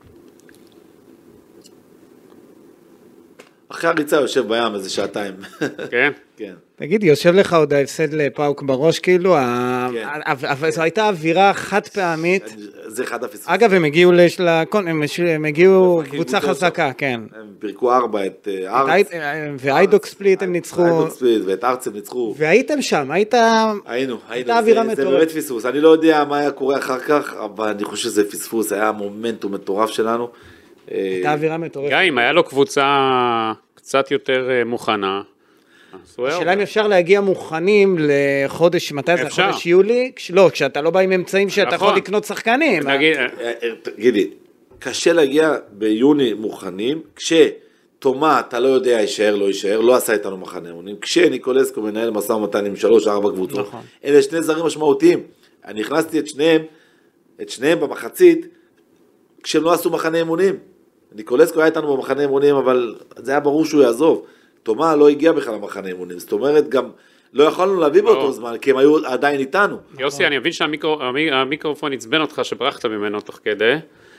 אחרי הריצה יושב בים איזה שעתיים. כן? כן. תגיד, יושב לך עוד ההפסד לפאוק בראש, כאילו, כן. אבל זו הייתה אווירה חד פעמית. זה אחד הפספוס. אגב, הם הגיעו קבוצה חזקה, כן. הם פירקו 4 את ארץ. ואיידוק ספליט הם ניצחו. איידוק ספליט ואת ארץ הם ניצחו. והייתם שם, היינו. אווירה זה באמת פספוס. אני לא יודע מה היה קורה אחר כך, אבל אני חושב שזה פספוס. היה מומנטום מטורף שלנו. הייתה אווירה מטורפת. גם אם היה לו קבוצה קצת יותר מוכנה, השאלה אם אפשר להגיע מוכנים לחודש, מתי זה? חודש יולי? לא, כשאתה לא בא עם אמצעים שאתה יכול לקנות שחקנים. תגידי, קשה להגיע ביוני מוכנים, כשתומה אתה לא יודע יישאר, לא יישאר, לא עשה איתנו מחנה אימונים, כשניקולסקו מנהל משא ומתן עם 3-4 קבוצות, אלה שני זרים משמעותיים, אני הכנסתי את שניהם במחצית, כשהם לא עשו מחנה אימונים, ניקולסקו היה איתנו במחנה אימונים, אבל זה היה ברור שהוא יעזוב, תומה לא הגיע בכלל למחנה אימונים, זאת אומרת גם לא יכולנו להביא באותו זמן, כי הם היו עדיין איתנו. יוסי, אני מבין שהמיקרופון עצבן אותך שברחת ממנו תוך כדי.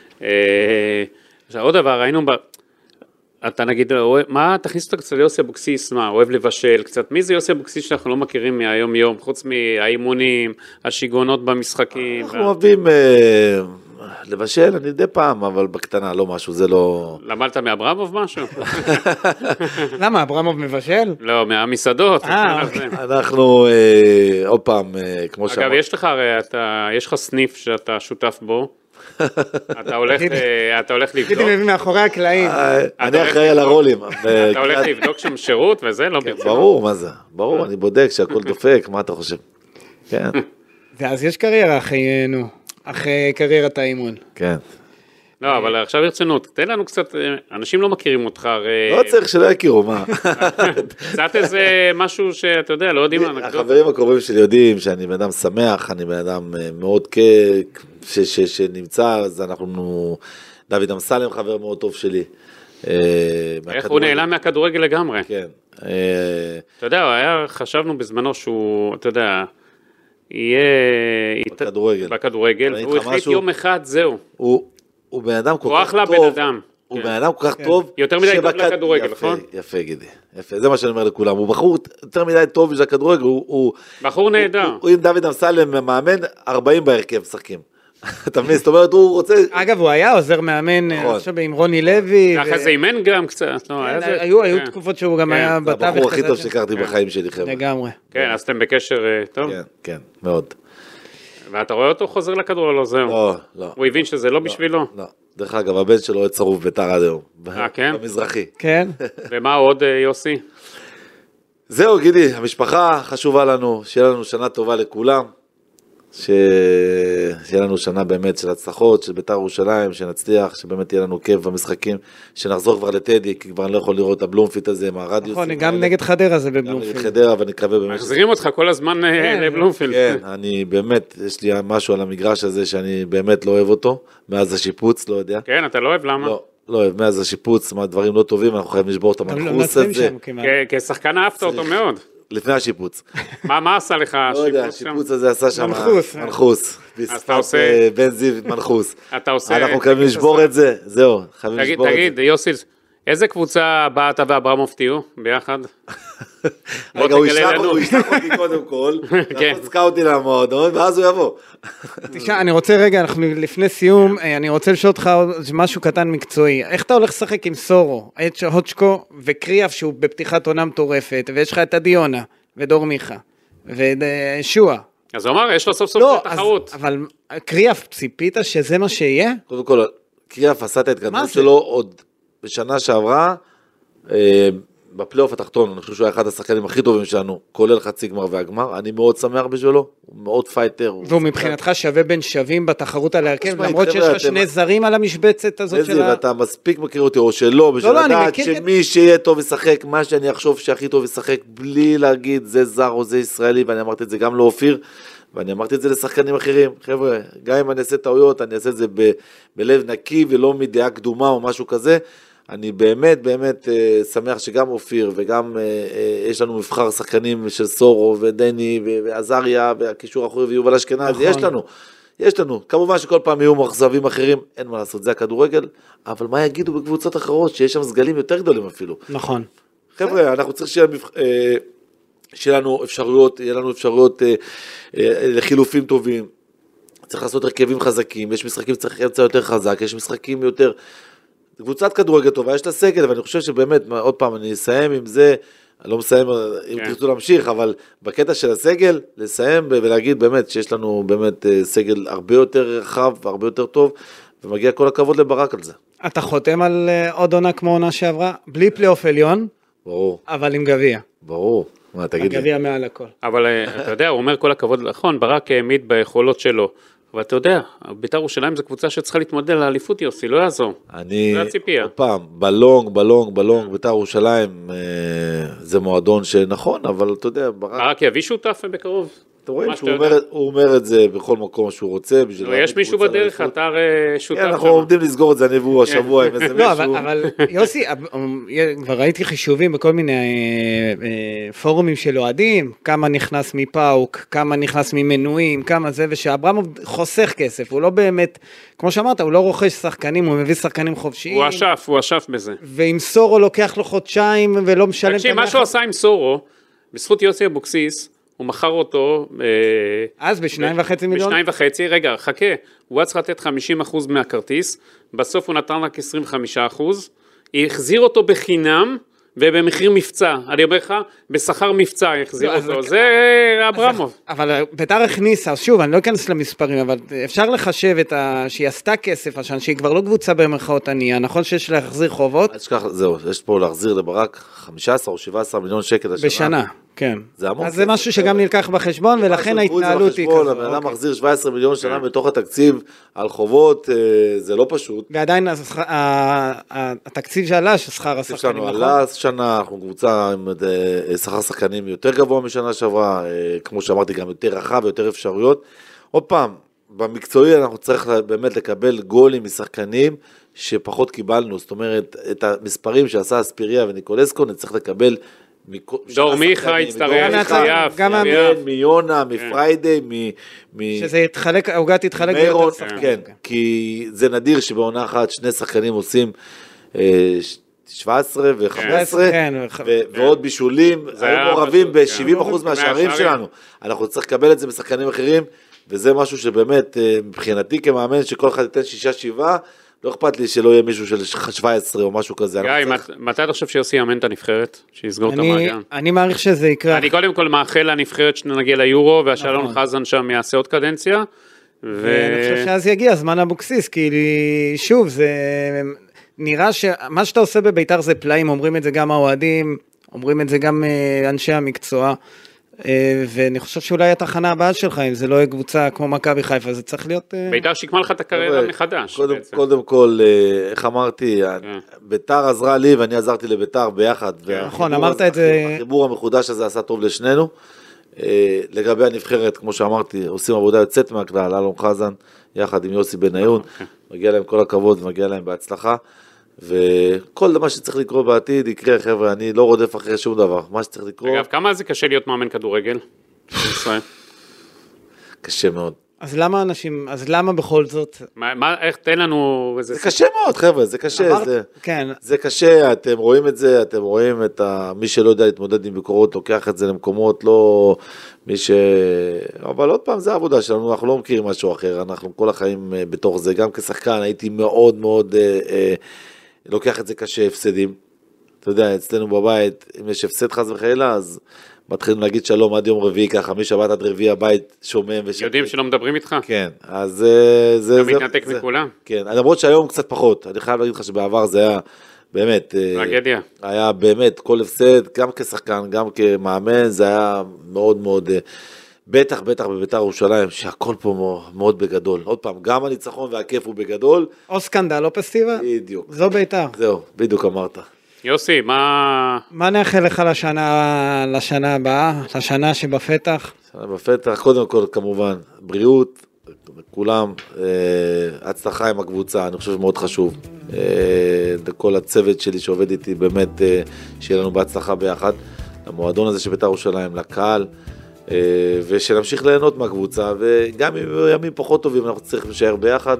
עוד דבר, ראינו, אתה נגיד, מה, תכניס אותו קצת ליוסי אבוקסיס, מה, אוהב לבשל קצת, מי זה יוסי אבוקסיס שאנחנו לא מכירים מהיום יום, חוץ מהאימונים, השיגעונות במשחקים? אנחנו אוהבים לבשל, אני די פעם, אבל בקטנה, לא משהו, זה לא... למדת מאברמוב משהו? למה, אברמוב מבשל? לא, מהמסעדות. אנחנו, עוד פעם, כמו שאמר... אגב, יש לך הרי, יש לך סניף שאתה שותף בו, אתה הולך לבדוק. הייתי מביא מאחורי הקלעים. אני אחראי על הרולים. אתה הולך לבדוק שם שירות וזה, לא ברצינות. ברור, מה זה? ברור, אני בודק שהכל דופק, מה אתה חושב? כן. ואז יש קריירה אחרי קריירת האימון. כן. לא, אבל עכשיו ברצינות, תן לנו קצת, אנשים לא מכירים אותך, הרי... לא צריך שלא יכירו, מה? קצת איזה משהו שאתה יודע, לא יודעים מה. החברים הקרובים שלי יודעים שאני בן אדם שמח, אני בן אדם מאוד שנמצא, אז אנחנו, דוד אמסלם חבר מאוד טוב שלי. איך הוא נעלם מהכדורגל לגמרי. כן. אתה יודע, חשבנו בזמנו שהוא, אתה יודע, יהיה... בכדורגל. הוא החליט יום אחד, זהו. הוא בן אדם כל כך טוב. הוא אחלה בן אדם. הוא בן אדם כל כך טוב. יותר מדי טוב לכדורגל, נכון? יפה, גידי. יפה, זה מה שאני אומר לכולם. הוא בחור יותר מדי טוב בשביל הכדורגל. בחור נהדר. הוא עם דוד אמסלם מאמן 40 בהרכב משחקים. אתה מבין? זאת אומרת, הוא רוצה... אגב, הוא היה עוזר מאמן עכשיו עם רוני לוי. אחרי זה אימן גם קצת. היו תקופות שהוא גם היה בתווך. זה הבחור הכי טוב שהכרתי בחיים שלי, חבר'ה. לגמרי. כן, אז אתם בקשר טוב? כן, כן, מאוד. ואתה רואה אותו חוזר לכדור או לא זהו? לא, לא. הוא הבין שזה לא בשבילו? לא. דרך אגב, הבן שלו היה צרוף ביתר עד היום. כן? במזרחי. כן. ומה עוד, יוסי? זהו, גידי, המשפחה חשובה לנו, שיהיה לנו שנה טובה לכולם. שיהיה לנו שנה באמת של הצלחות, של בית"ר ירושלים, שנצליח, שבאמת יהיה לנו כיף במשחקים, שנחזור כבר לטדי, כי כבר אני לא יכול לראות את הבלומפיט הזה עם הרדיוס. נכון, גם נגד חדרה זה גם בבלומפילד. נגד חדרה, ואני מקווה באמת... מחזירים אותך כל הזמן לבלומפילד. כן, אני באמת, יש לי משהו על המגרש הזה שאני באמת לא אוהב אותו, מאז השיפוץ, לא יודע. כן, אתה לא אוהב, למה? לא אוהב, מאז השיפוץ, מהדברים לא טובים, אנחנו חייבים לשבור את המנחוס הזה. כשחקן אהבת אותו מאוד. לפני השיפוץ. מה עשה לך לא יודע, השיפוץ שם? השיפוץ הזה עשה שם... מנחוס. בשפת בן זיו מנחוס. אתה עושה... אנחנו חייבים לשבור את זה, זהו, חייבים לשבור את זה. תגיד, יוסי, איזה קבוצה הבאה אתה ואברמוב תהיו ביחד? רגע, הוא ישלח אותי קודם כל, לעשות סקאוטי למועדון, ואז הוא יבוא. תשמע, אני רוצה רגע, אנחנו לפני סיום, אני רוצה לשאול אותך משהו קטן מקצועי. איך אתה הולך לשחק עם סורו, הוצ'קו וקריאף שהוא בפתיחת עונה מטורפת, ויש לך את הדיונה, ודור מיכה, ושועה. אז הוא אמר, יש לו סוף סוף תחרות. אבל קריאף, ציפית שזה מה שיהיה? קודם כל, קריאף עשה את ההתקדמות שלו עוד בשנה שעברה, בפלייאוף התחתון, אני חושב שהוא היה אחד השחקנים הכי טובים שלנו, כולל חצי גמר והגמר, אני מאוד שמח בשבילו, הוא מאוד פייטר. והוא מבחינתך שווה בין שווים בתחרות על ההרכב, למרות שיש לך שני זרים על המשבצת הזאת של ה... אתה מספיק מכיר אותי, או שלא, בשביל לדעת שמי שיהיה טוב ישחק, מה שאני אחשוב שהכי טוב ישחק, בלי להגיד זה זר או זה ישראלי, ואני אמרתי את זה גם לאופיר, ואני אמרתי את זה לשחקנים אחרים, חבר'ה, גם אם אני אעשה טעויות, אני אעשה את זה בלב נקי ולא מדעה קדומה או משהו כזה. אני באמת באמת שמח שגם אופיר וגם יש לנו מבחר שחקנים של סורו ודני ועזריה והקישור האחורי ויובל אשכנז, יש לנו, כמובן שכל פעם יהיו מחזבים אחרים, אין מה לעשות, זה הכדורגל, אבל מה יגידו בקבוצות אחרות, שיש שם סגלים יותר גדולים אפילו. נכון. חבר'ה, אנחנו צריכים שיהיה לנו אפשרויות לחילופים טובים, צריך לעשות הרכבים חזקים, יש משחקים צריך אמצע יותר חזק, יש משחקים יותר... קבוצת כדורגל טובה, יש לה סגל, ואני חושב שבאמת, עוד פעם, אני אסיים עם זה, אני לא מסיים אם תרצו להמשיך, אבל בקטע של הסגל, לסיים ולהגיד באמת שיש לנו באמת סגל הרבה יותר רחב והרבה יותר טוב, ומגיע כל הכבוד לברק על זה. אתה חותם על עוד עונה כמו עונה שעברה, בלי פלייאוף עליון, ברור. אבל עם גביע. ברור. מה, תגיד לי. הגביע מעל הכל. אבל אתה יודע, הוא אומר כל הכבוד, נכון, ברק העמיד ביכולות שלו, אבל אתה יודע, בית"ר ירושלים זו קבוצה שצריכה להתמודד על האליפות, יוסי, לא יעזור. זה הציפייה. פעם, בלונג, בית"ר ירושלים זה מועדון שנכון, אבל אתה יודע, ברק יביא שותף בקרוב. אתה רואה שהוא אומר את זה בכל מקום שהוא רוצה. יש מישהו בדרך, אתה שותף. אנחנו עומדים לסגור את זה, אני והוא השבוע עם איזה מישהו. לא, אבל יוסי, כבר ראיתי חישובים בכל מיני פורומים של אוהדים, כמה נכנס מפאוק, כמה נכנס ממנויים, כמה זה, ושאברמוב חוסך כסף, הוא לא באמת, כמו שאמרת, הוא לא רוכש שחקנים, הוא מביא שחקנים חופשיים. הוא אשף בזה. ועם סורו לוקח לו חודשיים ולא משלם. תקשיב, מה שהוא עשה עם סורו, בזכות יוסי אבוקסיס, הוא מכר אותו... אז ב2.5 מיליון? ב2.5, רגע, חכה, הוא היה צריך לתת 50% מהכרטיס, בסוף הוא נתן רק 25%, החזיר אותו בחינם, ובמחיר מבצע, אני אומר לך, בשכר מבצע החזיר אותו, זה אברמוב. אבל בית"ר הכניסה, שוב, אני לא אכנס למספרים, אבל אפשר לחשב שהיא עשתה כסף, שהיא כבר לא קבוצה במרכאות ענייה, נכון שיש להחזיר חובות? זהו, יש פה להחזיר לברק 15 או 17 מיליון שקל לשנה. בשנה, כן. זה המון. אז זה משהו שגם נלקח בחשבון, ולכן ההתנהלות היא כזאת. הבן אדם מחזיר 17 מיליון שנה בתוך התקציב על חובות, זה לא פשוט. ועדיין התקציב שעלה, ששכר השחקנים, נכון? עלה שנה, אנחנו קבוצה עם שכר שחקנים יותר גבוה משנה שעברה, כמו שאמרתי, גם יותר רחב ויותר אפשרויות. עוד פעם, במקצועי אנחנו צריך באמת לקבל גולים משחקנים שפחות קיבלנו, זאת אומרת, את המספרים שעשה אספיריה וניקולסקו, נצטרך לקבל דור מיכה הצטרף, מיונה, מפריידי, שזה יתחלק, העוגה תתחלק ביותר שחקנים. כן, כי זה נדיר שבעונה אחת שני שחקנים עושים 17 ו-15, ועוד בישולים, היו מעורבים ב-70% מהשערים שלנו. אנחנו צריך לקבל את זה בשחקנים אחרים, וזה משהו שבאמת, מבחינתי כמאמן, שכל אחד ייתן 6-7, לא אכפת לי שלא יהיה מישהו של 17 או משהו כזה. גיא, מתי אתה חושב שיוסי יאמן את הנבחרת? שיסגור את המעגן? אני מעריך שזה יקרה. אני קודם כל מאחל לנבחרת שנגיע ליורו, והשלום חזן שם יעשה עוד קדנציה. ואני חושב שאז יגיע זמן אבוקסיס, כי שוב, זה נראה שמה שאתה עושה בביתר זה פלאים, אומרים את זה גם האוהדים, אומרים את זה גם אנשי המקצוע. ואני חושב שאולי התחנה הבאה שלך, אם זה לא יהיה קבוצה כמו מכבי חיפה, זה צריך להיות... בית"ר שיקמה לך את הקריירה מחדש. קודם כל, איך אמרתי, בית"ר עזרה לי ואני עזרתי לבית"ר ביחד. נכון, אמרת את זה... החיבור המחודש הזה עשה טוב לשנינו. לגבי הנבחרת, כמו שאמרתי, עושים עבודה יוצאת מהכלל, אלון חזן, יחד עם יוסי בניון, מגיע להם כל הכבוד ומגיע להם בהצלחה. וכל דבר שצריך לקרות בעתיד יקרה, חבר'ה, אני לא רודף אחרי שום דבר, מה שצריך לקרות... אגב, כמה זה קשה להיות מאמן כדורגל בישראל? קשה מאוד. אז למה בכל זאת? איך תן לנו... זה קשה מאוד, חבר'ה, זה קשה. כן. זה קשה, אתם רואים את זה, אתם רואים את מי שלא יודע להתמודד עם ביקורות, לוקח את זה למקומות, לא מי ש... אבל עוד פעם, זה העבודה שלנו, אנחנו לא מכירים משהו אחר, אנחנו כל החיים בתוך זה, גם כשחקן הייתי מאוד מאוד... לוקח את זה קשה, הפסדים. אתה יודע, אצלנו בבית, אם יש הפסד חס וחלילה, אז מתחילים להגיד שלום עד יום רביעי, ככה, משבת עד רביעי הבית שומם ושקט. יודעים שלא מדברים איתך? כן, אז זה... אתה מתנתק מכולם? כן, למרות שהיום קצת פחות. אני חייב להגיד לך שבעבר זה היה באמת... טרגדיה. היה באמת כל הפסד, גם כשחקן, גם כמאמן, זה היה מאוד מאוד... בטח בבית"ר ירושלים, שהכל פה מאוד בגדול. עוד פעם, גם הניצחון והכיף הוא בגדול. או סקנדל, או פסטיבל. בדיוק. זו בית"ר. זהו, בדיוק אמרת. יוסי, מה נאחל לך לשנה הבאה, לשנה שבפתח? שנה בפתח, קודם כל כמובן, בריאות, כולם, הצלחה עם הקבוצה, אני חושב שמאוד חשוב. לכל הצוות שלי שעובד איתי, באמת, שיהיה לנו בהצלחה ביחד. למועדון הזה של בית"ר ירושלים, לקהל, ושנמשיך ליהנות מהקבוצה, וגם אם ימים פחות טובים אנחנו צריכים להישאר ביחד.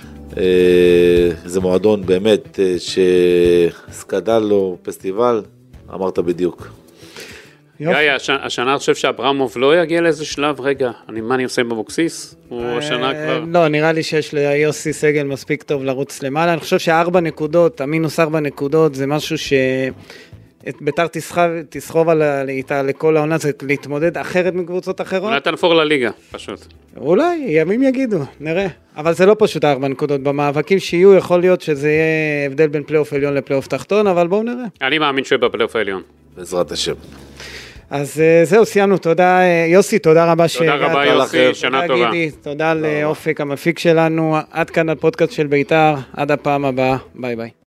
זה מועדון באמת שסקדל לו פסטיבל, אמרת בדיוק. גיא, השנה אני חושב שאברמוב לא יגיע לאיזה שלב, רגע, מה אני עושה בבוקסיס? הוא השנה כבר... לא, נראה לי שיש ליוסי סגל מספיק טוב לרוץ למעלה, אני חושב ש4 נקודות, המינוס 4 נקודות, זה משהו ש... את בית"ר תסחוב איתה לכל העונה, זה להתמודד אחרת מקבוצות אחרות. אולי תנפור לליגה, פשוט. אולי, ימים יגידו, נראה. אבל זה לא פשוט 4 נקודות. במאבקים שיהיו, יכול להיות שזה יהיה הבדל בין פלייאוף עליון לפלייאוף תחתון, אבל בואו נראה. אני מאמין שהוא בפלייאוף העליון. בעזרת השם. אז זהו, סיימנו. תודה, יוסי, תודה רבה שהגעת. תודה רבה, יוסי, שנה טובה. תודה לאופק המפיק שלנו. עד כאן הפודקאסט של בית"ר, עד הפעם הבאה. ביי ביי.